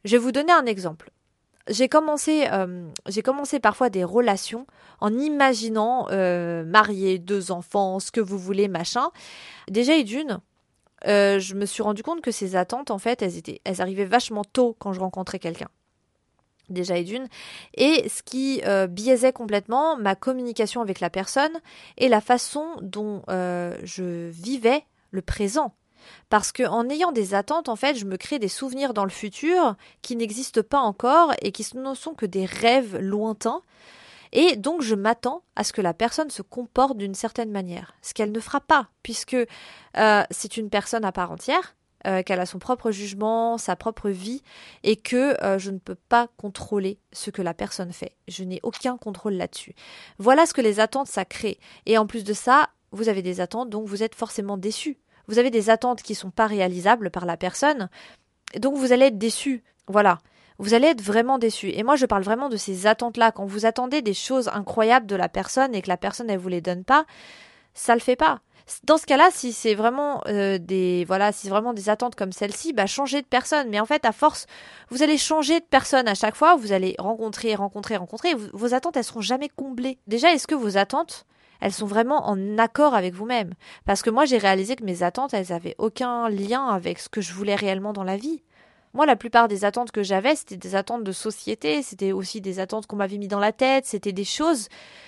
Je vais vous donner un exemple. J'ai commencé parfois des relations en imaginant marier 2 enfants, ce que vous voulez, machin. Déjà et d'une, je me suis rendu compte que ces attentes, en fait, elles arrivaient vachement tôt quand je rencontrais quelqu'un. Déjà et d'une. Et ce qui biaisait complètement ma communication avec la personne et la façon dont je vivais le présent. Parce que en ayant des attentes, en fait, je me crée des souvenirs dans le futur qui n'existent pas encore et qui ne sont que des rêves lointains. Et donc, je m'attends à ce que la personne se comporte d'une certaine manière. Ce qu'elle ne fera pas, puisque c'est une personne à part entière, qu'elle a son propre jugement, sa propre vie, et que je ne peux pas contrôler ce que la personne fait. Je n'ai aucun contrôle là-dessus. Voilà ce que les attentes, ça crée. Et en plus de ça, vous avez des attentes, donc vous êtes forcément déçu. Vous avez des attentes qui ne sont pas réalisables par la personne, donc vous allez être déçu. Voilà. Vous allez être vraiment déçu. Et moi, je parle vraiment de ces attentes-là. Quand vous attendez des choses incroyables de la personne et que la personne, elle vous les donne pas, ça le fait pas. Dans ce cas-là, si c'est vraiment si c'est vraiment des attentes comme celle-ci, bah changez de personne. Mais en fait, à force, vous allez changer de personne à chaque fois. Vous allez rencontrer. Vos attentes, elles seront jamais comblées. Déjà, est-ce que vos attentes, elles sont vraiment en accord avec vous-même? Parce que moi, j'ai réalisé que mes attentes, elles avaient aucun lien avec ce que je voulais réellement dans la vie. Moi, la plupart des attentes que j'avais, c'était des attentes de société, c'était aussi des attentes qu'on m'avait mis dans la tête, c'était des choses,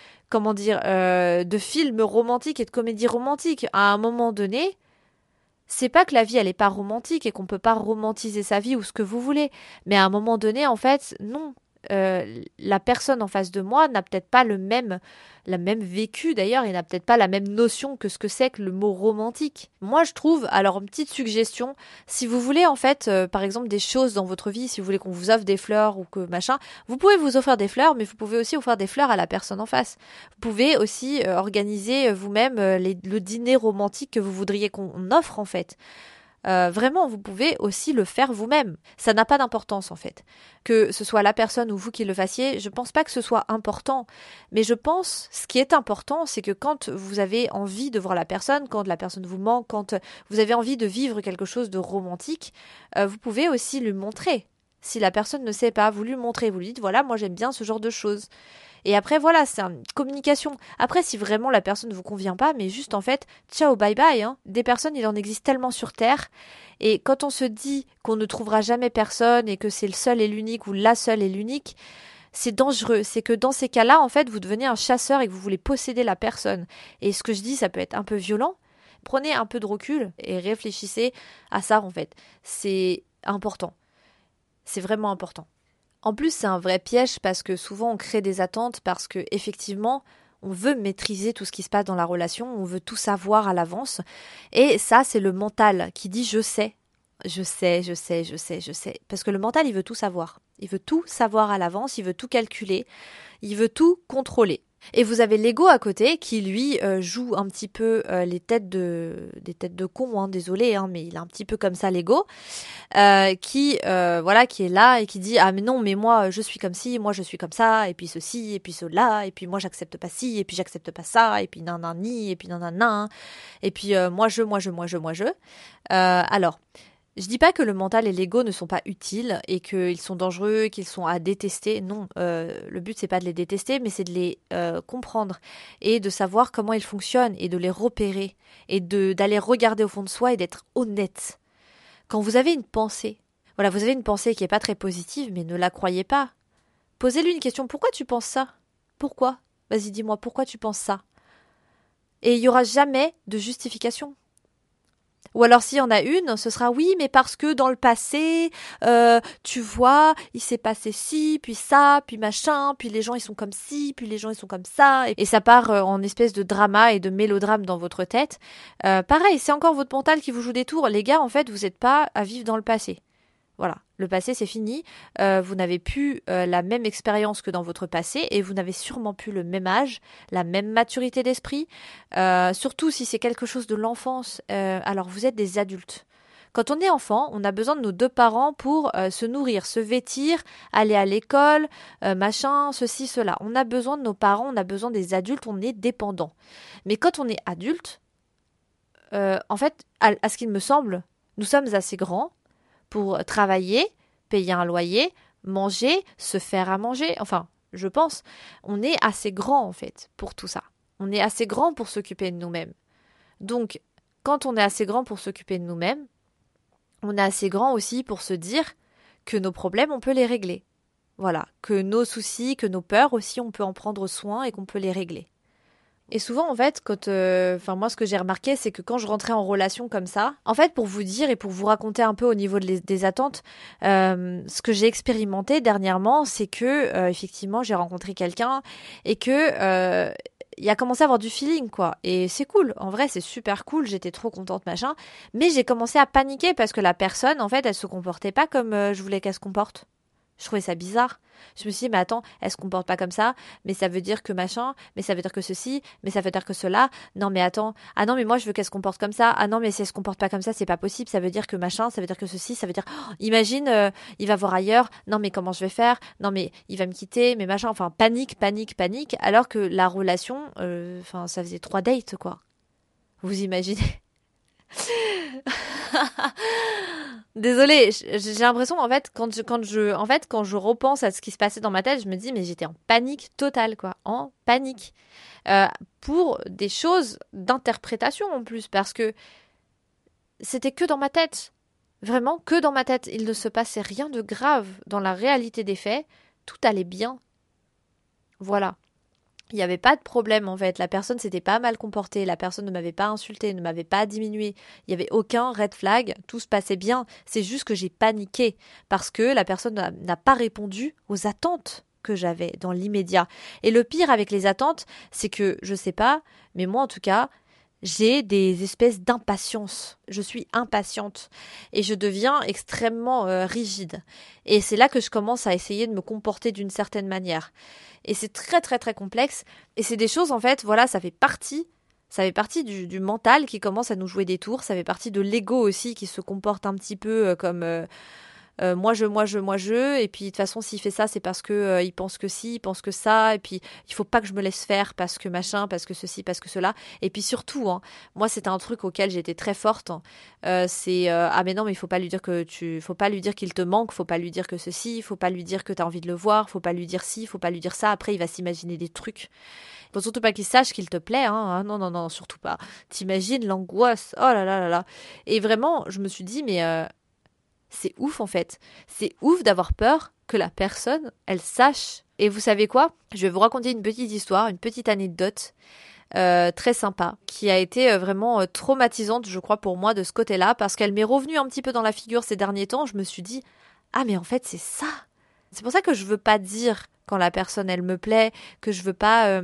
de films romantiques et de comédies romantiques. À un moment donné, c'est pas que la vie, elle est pas romantique et qu'on peut pas romantiser sa vie ou ce que vous voulez. Mais à un moment donné, en fait, non. La personne en face de moi n'a peut-être pas la même vécu d'ailleurs, et n'a peut-être pas la même notion que ce que c'est que le mot romantique. Moi, je trouve, alors une petite suggestion, si vous voulez en fait, par exemple des choses dans votre vie, si vous voulez qu'on vous offre des fleurs ou que machin, vous pouvez vous offrir des fleurs, mais vous pouvez aussi offrir des fleurs à la personne en face. Vous pouvez aussi organiser vous-même le dîner romantique que vous voudriez qu'on offre en fait. Vraiment, vous pouvez aussi le faire vous-même. Ça n'a pas d'importance en fait. Que ce soit la personne ou vous qui le fassiez, je pense pas que ce soit important. Mais je pense, ce qui est important, c'est que quand vous avez envie de voir la personne, quand la personne vous manque, quand vous avez envie de vivre quelque chose de romantique, vous pouvez aussi lui montrer. Si la personne ne sait pas, vous lui montrez, vous lui dites voilà, moi j'aime bien ce genre de choses. Et après, voilà, c'est une communication. Après, si vraiment la personne ne vous convient pas, mais juste en fait, ciao, bye bye. Hein. Des personnes, il en existe tellement sur Terre. Et quand on se dit qu'on ne trouvera jamais personne et que c'est le seul et l'unique ou la seule et l'unique, c'est dangereux. C'est que dans ces cas-là, en fait, vous devenez un chasseur et que vous voulez posséder la personne. Et ce que je dis, ça peut être un peu violent. Prenez un peu de recul et réfléchissez à ça, en fait. C'est important. C'est vraiment important. En plus, c'est un vrai piège parce que souvent on crée des attentes parce que effectivement, on veut maîtriser tout ce qui se passe dans la relation, on veut tout savoir à l'avance. Et ça, c'est le mental qui dit je sais. Je sais, je sais, je sais, je sais. Parce que le mental, il veut tout savoir. Il veut tout savoir à l'avance, il veut tout calculer, il veut tout contrôler. Et vous avez l'ego à côté qui lui joue un petit peu des têtes de con, hein, désolé, hein, mais il est un petit peu comme ça l'ego, qui est là et qui dit ah mais non mais moi je suis comme ci, moi je suis comme ça et puis ceci et puis cela et puis moi j'accepte pas ci et puis j'accepte pas ça et puis nan nan ni et puis nan nan nan et puis moi je. Alors je dis pas que le mental et l'ego ne sont pas utiles et qu'ils sont dangereux, qu'ils sont à détester. Non, le but c'est pas de les détester, mais c'est de les comprendre et de savoir comment ils fonctionnent et de les repérer et d'aller regarder au fond de soi et d'être honnête. Quand vous avez une pensée, voilà, vous avez une pensée qui est pas très positive, mais ne la croyez pas. Posez-lui une question. Pourquoi tu penses ça? Pourquoi? Vas-y, dis-moi, pourquoi tu penses ça? Et il y aura jamais de justification. Ou alors s'il y en a une, ce sera oui, mais parce que dans le passé, tu vois, il s'est passé ci, puis ça, puis machin, puis les gens ils sont comme ci, puis les gens ils sont comme ça, et ça part en espèce de drama et de mélodrame dans votre tête. Pareil, c'est encore votre mental qui vous joue des tours. Les gars, en fait, vous n'êtes pas à vivre dans le passé. Voilà, le passé c'est fini, vous n'avez plus la même expérience que dans votre passé et vous n'avez sûrement plus le même âge, la même maturité d'esprit, surtout si c'est quelque chose de l'enfance, alors vous êtes des adultes. Quand on est enfant, on a besoin de nos deux parents pour se nourrir, se vêtir, aller à l'école, machin, ceci, cela. On a besoin de nos parents, on a besoin des adultes, on est dépendant. Mais quand on est adulte, en fait, à ce qu'il me semble, nous sommes assez grands pour travailler, payer un loyer, manger, se faire à manger. Enfin, je pense, on est assez grand en fait pour tout ça. On est assez grand pour s'occuper de nous-mêmes. Donc, quand on est assez grand pour s'occuper de nous-mêmes, on est assez grand aussi pour se dire que nos problèmes, on peut les régler. Voilà, que nos soucis, que nos peurs aussi, on peut en prendre soin et qu'on peut les régler. Et souvent, en fait, moi, ce que j'ai remarqué, c'est que quand je rentrais en relation comme ça, en fait, pour vous dire et pour vous raconter un peu au niveau des attentes, ce que j'ai expérimenté dernièrement, c'est que, effectivement, j'ai rencontré quelqu'un et que, il a commencé à avoir du feeling, quoi. Et c'est cool. En vrai, c'est super cool. J'étais trop contente, machin. Mais j'ai commencé à paniquer parce que la personne, en fait, elle se comportait pas comme je voulais qu'elle se comporte. Je trouvais ça bizarre. Je me suis dit, mais attends, elle se comporte pas comme ça, mais ça veut dire que machin, mais ça veut dire que ceci, mais ça veut dire que cela. Non, mais attends. Ah non, mais moi, je veux qu'elle se comporte comme ça. Ah non, mais si elle se comporte pas comme ça, c'est pas possible. Ça veut dire que machin, ça veut dire que ceci, ça veut dire, oh, imagine, il va voir ailleurs. Non, mais comment je vais faire? Non, mais il va me quitter, mais machin. Enfin, panique, panique, panique. Alors que la relation, ça faisait 3 dates, quoi. Vous imaginez? Désolée, j'ai l'impression en fait quand je repense à ce qui se passait dans ma tête, je me dis mais j'étais en panique totale quoi, en panique pour des choses d'interprétation en plus parce que c'était que dans ma tête, vraiment que dans ma tête. Il ne se passait rien de grave dans la réalité des faits, tout allait bien. Voilà. Il n'y avait pas de problème en fait, la personne s'était pas mal comportée, la personne ne m'avait pas insulté, ne m'avait pas diminué, il n'y avait aucun red flag, tout se passait bien, c'est juste que j'ai paniqué parce que la personne n'a pas répondu aux attentes que j'avais dans l'immédiat. Et le pire avec les attentes, c'est que, je sais pas, mais moi en tout cas, j'ai des espèces d'impatience. Je suis impatiente et je deviens extrêmement rigide. Et c'est là que je commence à essayer de me comporter d'une certaine manière. Et c'est très très très complexe. Et c'est des choses en fait, voilà, ça fait partie du mental qui commence à nous jouer des tours. Ça fait partie de l'ego aussi qui se comporte un petit peu comme moi je, et puis de toute façon s'il fait ça c'est parce que il pense que si, il pense que ça, et puis il faut pas que je me laisse faire parce que machin, parce que ceci, parce que cela, et puis surtout, hein, moi c'était un truc auquel j'étais très forte, hein. C'est ah mais non mais il faut pas lui dire qu'il te manque, faut pas lui dire que ceci, faut pas lui dire que t'as envie de le voir, faut pas lui dire ci, faut pas lui dire ça, après il va s'imaginer des trucs. Faut surtout pas qu'il sache qu'il te plaît, hein. Ah, non non non surtout pas. T'imagines l'angoisse, oh là là là là. Et vraiment je me suis dit mais c'est ouf en fait. C'est ouf d'avoir peur que la personne, elle sache. Et vous savez quoi? Je vais vous raconter une petite histoire, une petite anecdote très sympa, qui a été vraiment traumatisante, je crois, pour moi de ce côté-là, parce qu'elle m'est revenue un petit peu dans la figure ces derniers temps. Je me suis dit, ah mais en fait c'est ça. C'est pour ça que je veux pas dire quand la personne elle me plaît, que je veux pas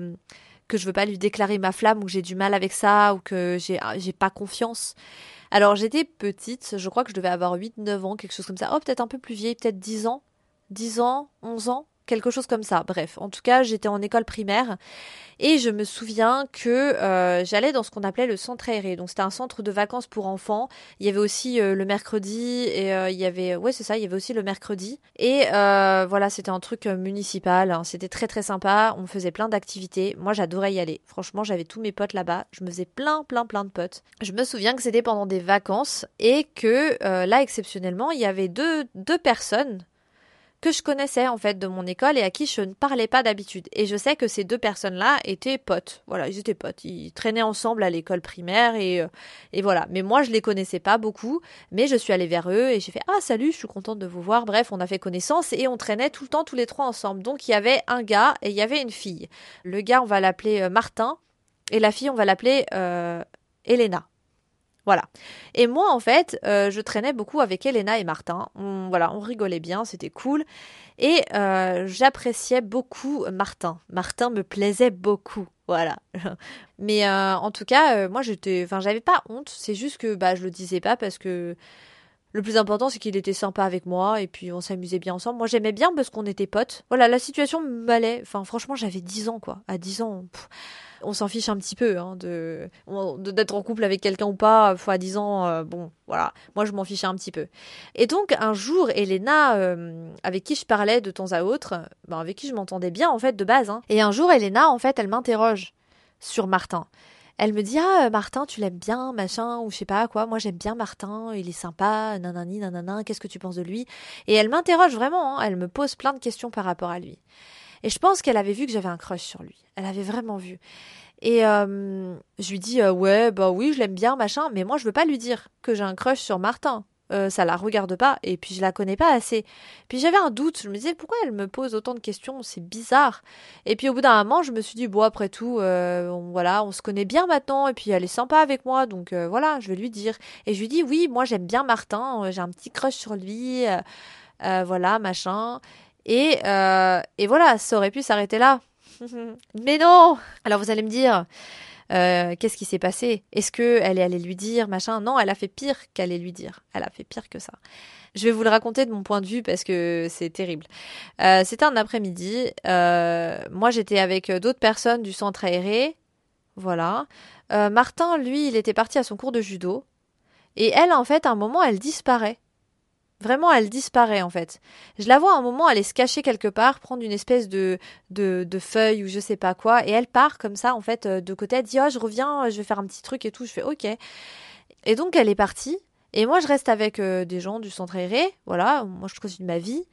lui déclarer ma flamme ou que j'ai du mal avec ça ou que j'ai pas confiance. Alors j'étais petite, je crois que je devais avoir 8, 9 ans, quelque chose comme ça. Oh, peut-être un peu plus vieille, peut-être 10 ans. 10 ans, 11 ans, quelque chose comme ça. Bref, en tout cas, j'étais en école primaire et je me souviens que j'allais dans ce qu'on appelait le centre aéré. Donc c'était un centre de vacances pour enfants. Il y avait aussi le mercredi et il y avait il y avait aussi le mercredi. Et voilà, c'était un truc municipal, hein. C'était très très sympa. On faisait plein d'activités. Moi, j'adorais y aller. Franchement, j'avais tous mes potes là-bas. Je me faisais plein de potes. Je me souviens que c'était pendant des vacances et que là, exceptionnellement, il y avait deux personnes que je connaissais en fait de mon école et à qui je ne parlais pas d'habitude. Et je sais que ces 2 personnes-là étaient potes. Voilà, ils étaient potes. Ils traînaient ensemble à l'école primaire et voilà. Mais moi, je les connaissais pas beaucoup. Mais je suis allée vers eux et j'ai fait ah salut, je suis contente de vous voir. Bref, on a fait connaissance et on traînait tout le temps tous les 3 ensemble. Donc il y avait un gars et il y avait une fille. Le gars, on va l'appeler Martin et la fille, on va l'appeler Elena. Voilà. Et moi, en fait, je traînais beaucoup avec Elena et Martin. On rigolait bien, c'était cool. Et j'appréciais beaucoup Martin. Martin me plaisait beaucoup. Voilà. Mais en tout cas, moi, j'avais pas honte. C'est juste que, je le disais pas parce que le plus important, c'est qu'il était sympa avec moi et puis on s'amusait bien ensemble. Moi, j'aimais bien parce qu'on était potes. Voilà, la situation m'allait. Enfin, franchement, j'avais 10 ans, quoi. À 10 ans, on s'en fiche un petit peu hein, d'être en couple avec quelqu'un ou pas, à 10 ans, bon, voilà. Moi, je m'en fichais un petit peu. Et donc, un jour, Elena, avec qui je parlais de temps à autre, avec qui je m'entendais bien, en fait, de base, hein. Et un jour, Elena, en fait, elle m'interroge sur Martin. Elle me dit ah Martin tu l'aimes bien machin ou je sais pas quoi, moi j'aime bien Martin, il est sympa, nanani nanana, qu'est-ce que tu penses de lui? Et elle m'interroge vraiment, hein, elle me pose plein de questions par rapport à lui. Et je pense qu'elle avait vu que j'avais un crush sur lui, elle avait vraiment vu. Et je lui dis ouais bah oui je l'aime bien machin, mais moi je veux pas lui dire que j'ai un crush sur Martin. Ça la regarde pas et puis je la connais pas assez. Puis j'avais un doute, je me disais pourquoi elle me pose autant de questions, c'est bizarre. Et puis au bout d'un moment je me suis dit bon après tout voilà on se connaît bien maintenant et puis elle est sympa avec moi donc voilà je vais lui dire. Et je lui dis oui moi j'aime bien Martin, j'ai un petit crush sur lui, voilà machin. Et voilà ça aurait pu s'arrêter là. Mais non. Alors vous allez me dire, qu'est-ce qui s'est passé? Est-ce que elle est allée lui dire, machin? Non, elle a fait pire qu'aller lui dire. Elle a fait pire que ça. Je vais vous le raconter de mon point de vue parce que c'est terrible. C'était un après-midi. Moi, j'étais avec d'autres personnes du centre aéré. Voilà. Martin, lui, il était parti à son cours de judo. Et elle, en fait, à un moment, elle disparaît. Vraiment, elle disparaît en fait. Je la vois à un moment aller se cacher quelque part, prendre une espèce de feuille ou je sais pas quoi, et elle part comme ça en fait de côté. Elle dit oh je reviens, je vais faire un petit truc et tout. Je fais ok. Et donc elle est partie. Et moi je reste avec des gens du centre aéré. Voilà, moi je continue ma vie.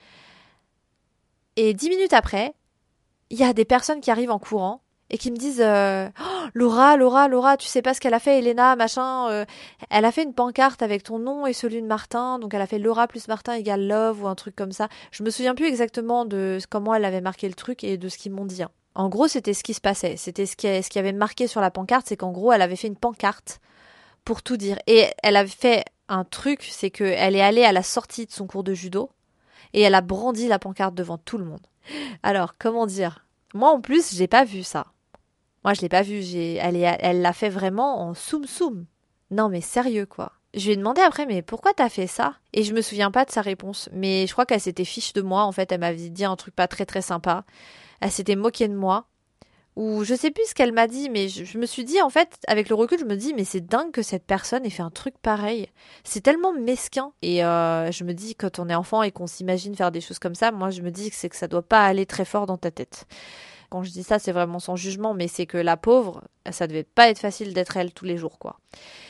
Et 10 minutes après, il y a des personnes qui arrivent en courant et qui me disent oh, Laura, tu sais pas ce qu'elle a fait, Elena, machin. Elle a fait une pancarte avec ton nom et celui de Martin, donc elle a fait Laura plus Martin égale love ou un truc comme ça. Je me souviens plus exactement de comment elle avait marqué le truc et de ce qu'ils m'ont dit, hein. En gros, c'était ce qui se passait. C'était ce qui avait marqué sur la pancarte, c'est qu'en gros, elle avait fait une pancarte pour tout dire. Et elle avait fait un truc, c'est qu'elle est allée à la sortie de son cours de judo et elle a brandi la pancarte devant tout le monde. Alors, comment dire? Moi, en plus, j'ai pas vu ça. Moi, je l'ai pas vue. Elle l'a fait vraiment en soum soum. Non, mais sérieux, quoi. Je lui ai demandé après, mais pourquoi t'as fait ça? Et je me souviens pas de sa réponse. Mais je crois qu'elle s'était fiche de moi. En fait, elle m'avait dit un truc pas très très sympa. Elle s'était moquée de moi. Ou je sais plus ce qu'elle m'a dit, mais je me suis dit, en fait, avec le recul, je me dis, mais c'est dingue que cette personne ait fait un truc pareil. C'est tellement mesquin. Et je me dis, quand on est enfant et qu'on s'imagine faire des choses comme ça, moi, je me dis que c'est que ça doit pas aller très fort dans ta tête. Quand je dis ça, c'est vraiment sans jugement, mais c'est que la pauvre, ça devait pas être facile d'être elle tous les jours, quoi.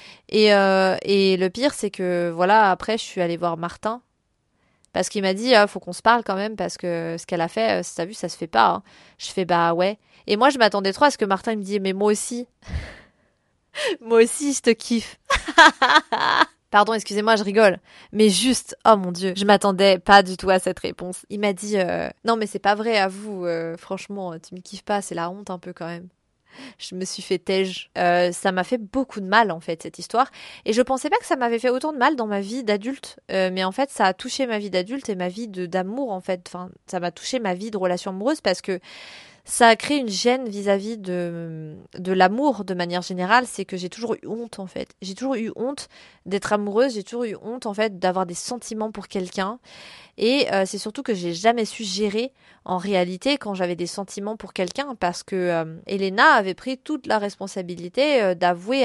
Et le pire, c'est que, voilà, après, je suis allée voir Martin. Parce qu'il m'a dit, ah, faut qu'on se parle quand même, parce que ce qu'elle a fait, t'as vu, ça se fait pas, hein. Je fais, bah ouais. Et moi, je m'attendais trop à ce que Martin me dise, mais moi aussi. Moi aussi, je te kiffe. Pardon, excusez-moi, je rigole. Mais juste, oh mon Dieu, je m'attendais pas du tout à cette réponse. Il m'a dit, non mais c'est pas vrai, à vous, franchement, tu me kiffes pas, c'est la honte un peu quand même. Je me suis fait tège. Ça m'a fait beaucoup de mal en fait cette histoire. Et je pensais pas que ça m'avait fait autant de mal dans ma vie d'adulte. Mais en fait, ça a touché ma vie d'adulte et ma vie d'amour en fait. Enfin, ça m'a touché ma vie de relation amoureuse parce que ça a créé une gêne vis-à-vis de l'amour de manière générale. C'est que j'ai toujours eu honte en fait. J'ai toujours eu honte d'être amoureuse. J'ai toujours eu honte en fait d'avoir des sentiments pour quelqu'un. Et c'est surtout que j'ai jamais su gérer en réalité quand j'avais des sentiments pour quelqu'un parce que Elena avait pris toute la responsabilité d'avouer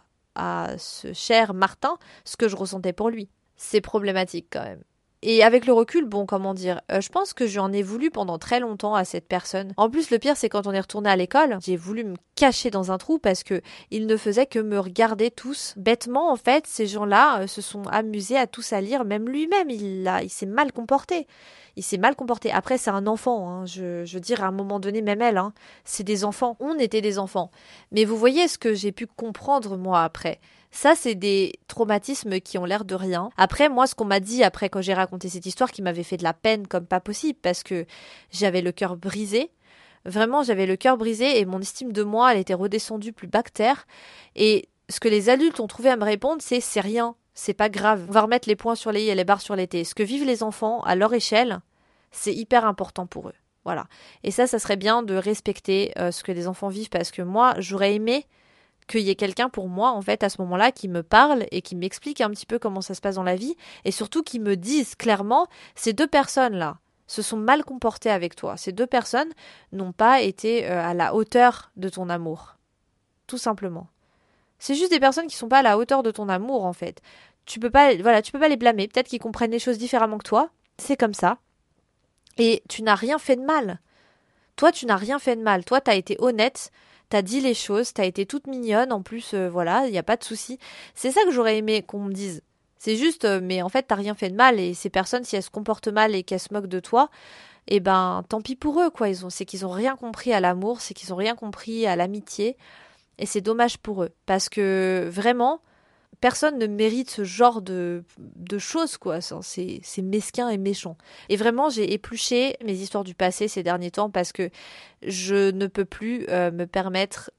à ce cher Martin ce que je ressentais pour lui. C'est problématique quand même. Et avec le recul, bon, comment dire, je pense que j'en ai voulu pendant très longtemps à cette personne. En plus, le pire, c'est quand on est retourné à l'école, j'ai voulu me cacher dans un trou parce que ils ne faisaient que me regarder tous. Bêtement, en fait, ces gens-là se sont amusés à tout salir. Même lui-même, il s'est mal comporté. Il s'est mal comporté. Après, c'est un enfant, hein. Je veux dire, à un moment donné, même elle, hein, c'est des enfants. On était des enfants. Mais vous voyez ce que j'ai pu comprendre, moi, après. Ça, c'est des traumatismes qui ont l'air de rien. Après, moi, ce qu'on m'a dit après quand j'ai raconté cette histoire qui m'avait fait de la peine comme pas possible parce que j'avais le cœur brisé. Vraiment, j'avais le cœur brisé et mon estime de moi, elle était redescendue plus bas que terre. Et ce que les adultes ont trouvé à me répondre, c'est rien, c'est pas grave. On va remettre les points sur les i et les barres sur les t. Ce que vivent les enfants à leur échelle, c'est hyper important pour eux. Voilà. Et ça serait bien de respecter ce que les enfants vivent parce que moi, j'aurais aimé qu'il y ait quelqu'un pour moi, en fait, à ce moment-là, qui me parle et qui m'explique un petit peu comment ça se passe dans la vie, et surtout qui me dise clairement, ces deux personnes-là se sont mal comportées avec toi. Ces deux personnes n'ont pas été à la hauteur de ton amour. Tout simplement. C'est juste des personnes qui sont pas à la hauteur de ton amour, en fait. Tu peux pas les blâmer. Peut-être qu'ils comprennent les choses différemment que toi. C'est comme ça. Et tu n'as rien fait de mal. Toi, tu n'as rien fait de mal. Toi, t'as été honnête. t'as dit les choses, t'as été toute mignonne, en plus, voilà, il n'y a pas de souci. C'est ça que j'aurais aimé qu'on me dise. C'est juste, mais en fait, t'as rien fait de mal, et ces personnes, si elles se comportent mal et qu'elles se moquent de toi, eh ben, tant pis pour eux, quoi. C'est qu'ils ont rien compris à l'amour, c'est qu'ils ont rien compris à l'amitié, et c'est dommage pour eux. Parce que, vraiment, personne ne mérite ce genre de choses, quoi. C'est mesquin et méchant. Et vraiment, j'ai épluché mes histoires du passé ces derniers temps parce que je ne peux plus me permettre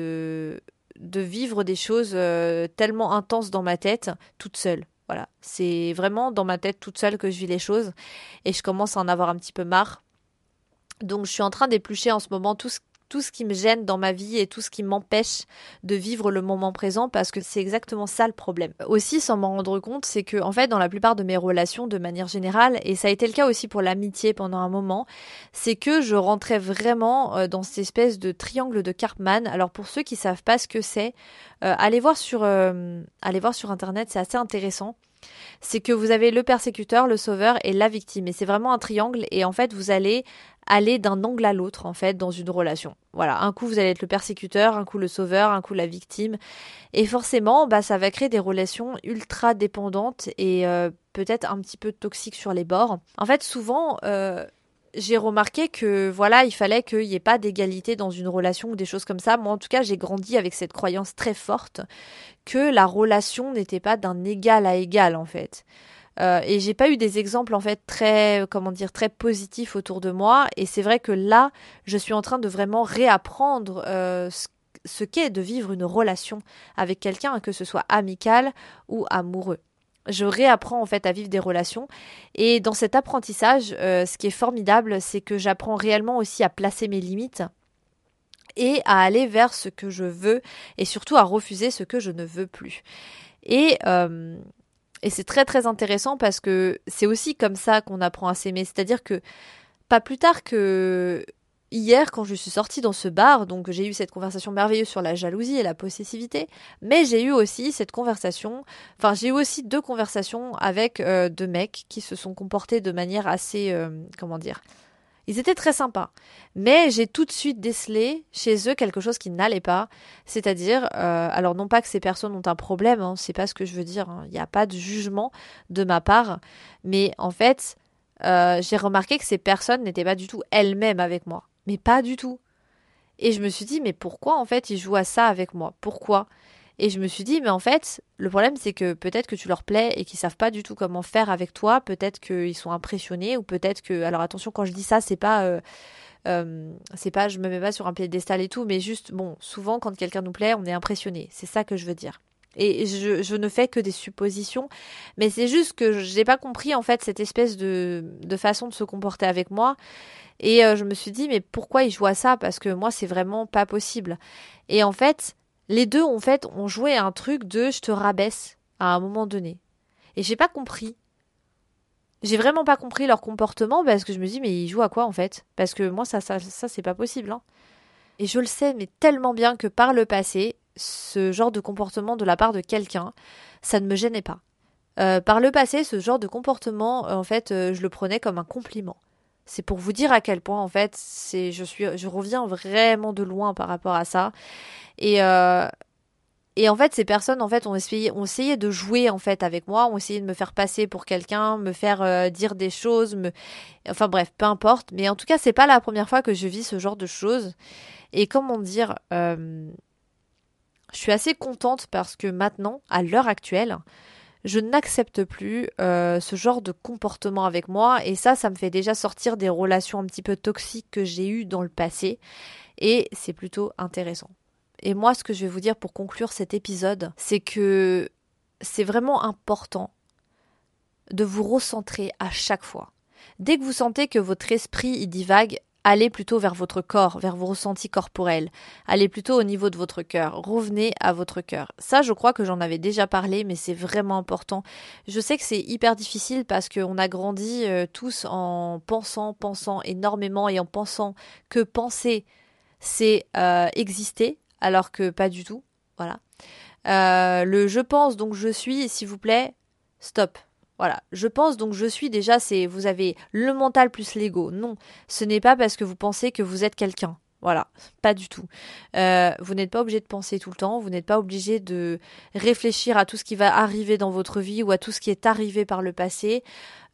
de vivre des choses tellement intenses dans ma tête toute seule. Voilà, c'est vraiment dans ma tête toute seule que je vis les choses et je commence à en avoir un petit peu marre. Donc je suis en train d'éplucher en ce moment tout ce qui me gêne dans ma vie et tout ce qui m'empêche de vivre le moment présent parce que c'est exactement ça le problème. Aussi, sans m'en rendre compte, c'est que en fait dans la plupart de mes relations de manière générale, et ça a été le cas aussi pour l'amitié pendant un moment, c'est que je rentrais vraiment dans cette espèce de triangle de Karpman. Alors pour ceux qui savent pas ce que c'est, allez voir sur internet, c'est assez intéressant. C'est que vous avez le persécuteur, le sauveur et la victime. Et c'est vraiment un triangle. Et en fait, vous allez aller d'un angle à l'autre, en fait, dans une relation. Voilà. Un coup, vous allez être le persécuteur, un coup le sauveur, un coup la victime. Et forcément, bah, ça va créer des relations ultra dépendantes et peut-être un petit peu toxiques sur les bords. En fait, souvent, j'ai remarqué que voilà, il fallait qu'il n'y ait pas d'égalité dans une relation ou des choses comme ça. Moi, en tout cas, j'ai grandi avec cette croyance très forte que la relation n'était pas d'un égal à égal, en fait. Et j'ai pas eu des exemples en fait très, comment dire, très positifs autour de moi. Et c'est vrai que là, je suis en train de vraiment réapprendre ce qu'est de vivre une relation avec quelqu'un, que ce soit amical ou amoureux. Je réapprends en fait à vivre des relations et dans cet apprentissage, ce qui est formidable, c'est que j'apprends réellement aussi à placer mes limites et à aller vers ce que je veux et surtout à refuser ce que je ne veux plus. Et, euh, et c'est très très intéressant parce que c'est aussi comme ça qu'on apprend à s'aimer. C'est-à-dire que pas plus tard que hier, quand je suis sortie dans ce bar, donc j'ai eu cette conversation merveilleuse sur la jalousie et la possessivité, mais j'ai eu aussi cette conversation, enfin j'ai eu aussi deux conversations avec deux mecs qui se sont comportés de manière assez, comment dire, ils étaient très sympas, mais j'ai tout de suite décelé chez eux quelque chose qui n'allait pas, c'est-à-dire, alors non pas que ces personnes ont un problème, hein, c'est pas ce que je veux dire, hein, il n'y a pas de jugement de ma part, mais en fait, j'ai remarqué que ces personnes n'étaient pas du tout elles-mêmes avec moi, mais pas du tout. Et je me suis dit, mais pourquoi en fait ils jouent à ça avec moi? Pourquoi? Et je me suis dit, mais en fait, le problème c'est que peut-être que tu leur plais et qu'ils savent pas du tout comment faire avec toi, peut-être qu'ils sont impressionnés, ou peut-être que, alors attention, quand je dis ça, c'est pas, je me mets pas sur un piédestal et tout, mais juste, bon, souvent quand quelqu'un nous plaît, on est impressionné, c'est ça que je veux dire. Et je ne fais que des suppositions, mais c'est juste que j'ai pas compris en fait cette espèce de façon de se comporter avec moi. Et je me suis dit, mais pourquoi ils jouent à ça? Parce que moi, c'est vraiment pas possible. Et en fait, les deux, en fait, ont joué à un truc de je te rabaisse à un moment donné. Et j'ai pas compris. J'ai vraiment pas compris leur comportement parce que je me dis, mais ils jouent à quoi en fait? Parce que moi, ça c'est pas possible. Hein. Et je le sais, mais tellement bien que par le passé, ce genre de comportement de la part de quelqu'un, ça ne me gênait pas. Par le passé, ce genre de comportement, en fait, je le prenais comme un compliment. C'est pour vous dire à quel point, en fait, je reviens vraiment de loin par rapport à ça. Et, euh, et en fait, ces personnes, en fait, ont essayé de jouer, en fait, avec moi, ont essayé de me faire passer pour quelqu'un, me faire dire des choses, enfin bref, peu importe. Mais en tout cas, c'est pas la première fois que je vis ce genre de choses. Et comment dire, je suis assez contente parce que maintenant, à l'heure actuelle, je n'accepte plus ce genre de comportement avec moi et ça me fait déjà sortir des relations un petit peu toxiques que j'ai eues dans le passé et c'est plutôt intéressant. Et moi, ce que je vais vous dire pour conclure cet épisode, c'est que c'est vraiment important de vous recentrer à chaque fois. Dès que vous sentez que votre esprit y divague, allez plutôt vers votre corps, vers vos ressentis corporels. Allez plutôt au niveau de votre cœur. Revenez à votre cœur. Ça, je crois que j'en avais déjà parlé, mais c'est vraiment important. Je sais que c'est hyper difficile parce qu'on a grandi tous en pensant énormément et en pensant que penser, c'est exister, alors que pas du tout. Voilà. Le je pense donc je suis, s'il vous plaît, stop. Voilà, je pense donc je suis déjà, c'est vous avez le mental plus l'ego. Non, ce n'est pas parce que vous pensez que vous êtes quelqu'un. Voilà, pas du tout. Vous n'êtes pas obligé de penser tout le temps, vous n'êtes pas obligé de réfléchir à tout ce qui va arriver dans votre vie ou à tout ce qui est arrivé par le passé.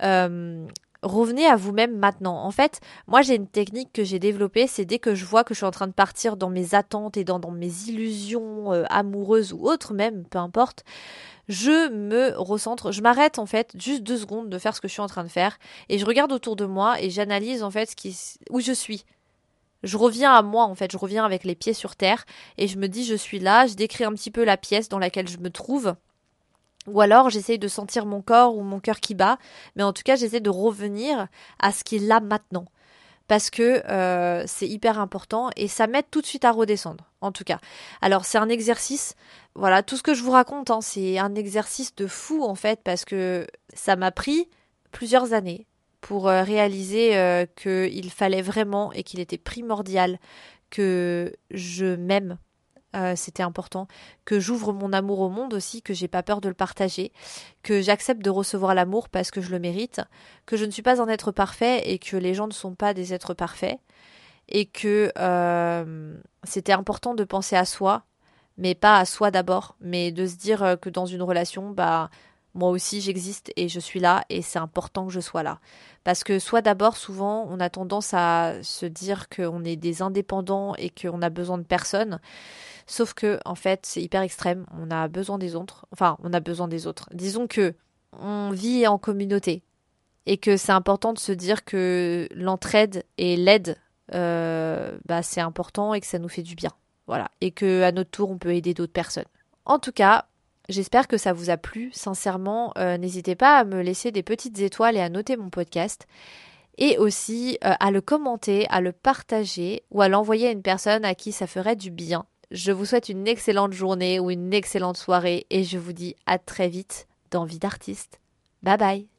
Revenez à vous-même maintenant. En fait, moi j'ai une technique que j'ai développée, c'est dès que je vois que je suis en train de partir dans mes attentes et dans mes illusions amoureuses ou autres même, peu importe, je me recentre, je m'arrête en fait juste 2 secondes de faire ce que je suis en train de faire et je regarde autour de moi et j'analyse en fait où je suis. Je reviens à moi en fait, je reviens avec les pieds sur terre et je me dis je suis là, je décris un petit peu la pièce dans laquelle je me trouve. Ou alors j'essaye de sentir mon corps ou mon cœur qui bat, mais en tout cas j'essaie de revenir à ce qui est là maintenant. Parce que c'est hyper important et ça m'aide tout de suite à redescendre, en tout cas. Alors c'est un exercice, voilà, tout ce que je vous raconte, hein, c'est un exercice de fou en fait, parce que ça m'a pris plusieurs années pour réaliser qu'il fallait vraiment et qu'il était primordial que je m'aime. C'était important que j'ouvre mon amour au monde aussi, que j'ai pas peur de le partager, que j'accepte de recevoir l'amour parce que je le mérite, que je ne suis pas un être parfait et que les gens ne sont pas des êtres parfaits et que c'était important de penser à soi, mais pas à soi d'abord, mais de se dire que dans une relation, bah moi aussi j'existe et je suis là et c'est important que je sois là. Parce que soi d'abord, souvent, on a tendance à se dire qu'on est des indépendants et qu'on a besoin de personne. Sauf que, en fait, c'est hyper extrême. On a besoin des autres. Enfin, on a besoin des autres. Disons que on vit en communauté et que c'est important de se dire que l'entraide et l'aide, bah, c'est important et que ça nous fait du bien. Voilà. Et que à notre tour, on peut aider d'autres personnes. En tout cas, j'espère que ça vous a plu. Sincèrement, n'hésitez pas à me laisser des petites étoiles et à noter mon podcast. Et aussi à le commenter, à le partager ou à l'envoyer à une personne à qui ça ferait du bien. Je vous souhaite une excellente journée ou une excellente soirée et je vous dis à très vite dans Vie d'artiste. Bye bye.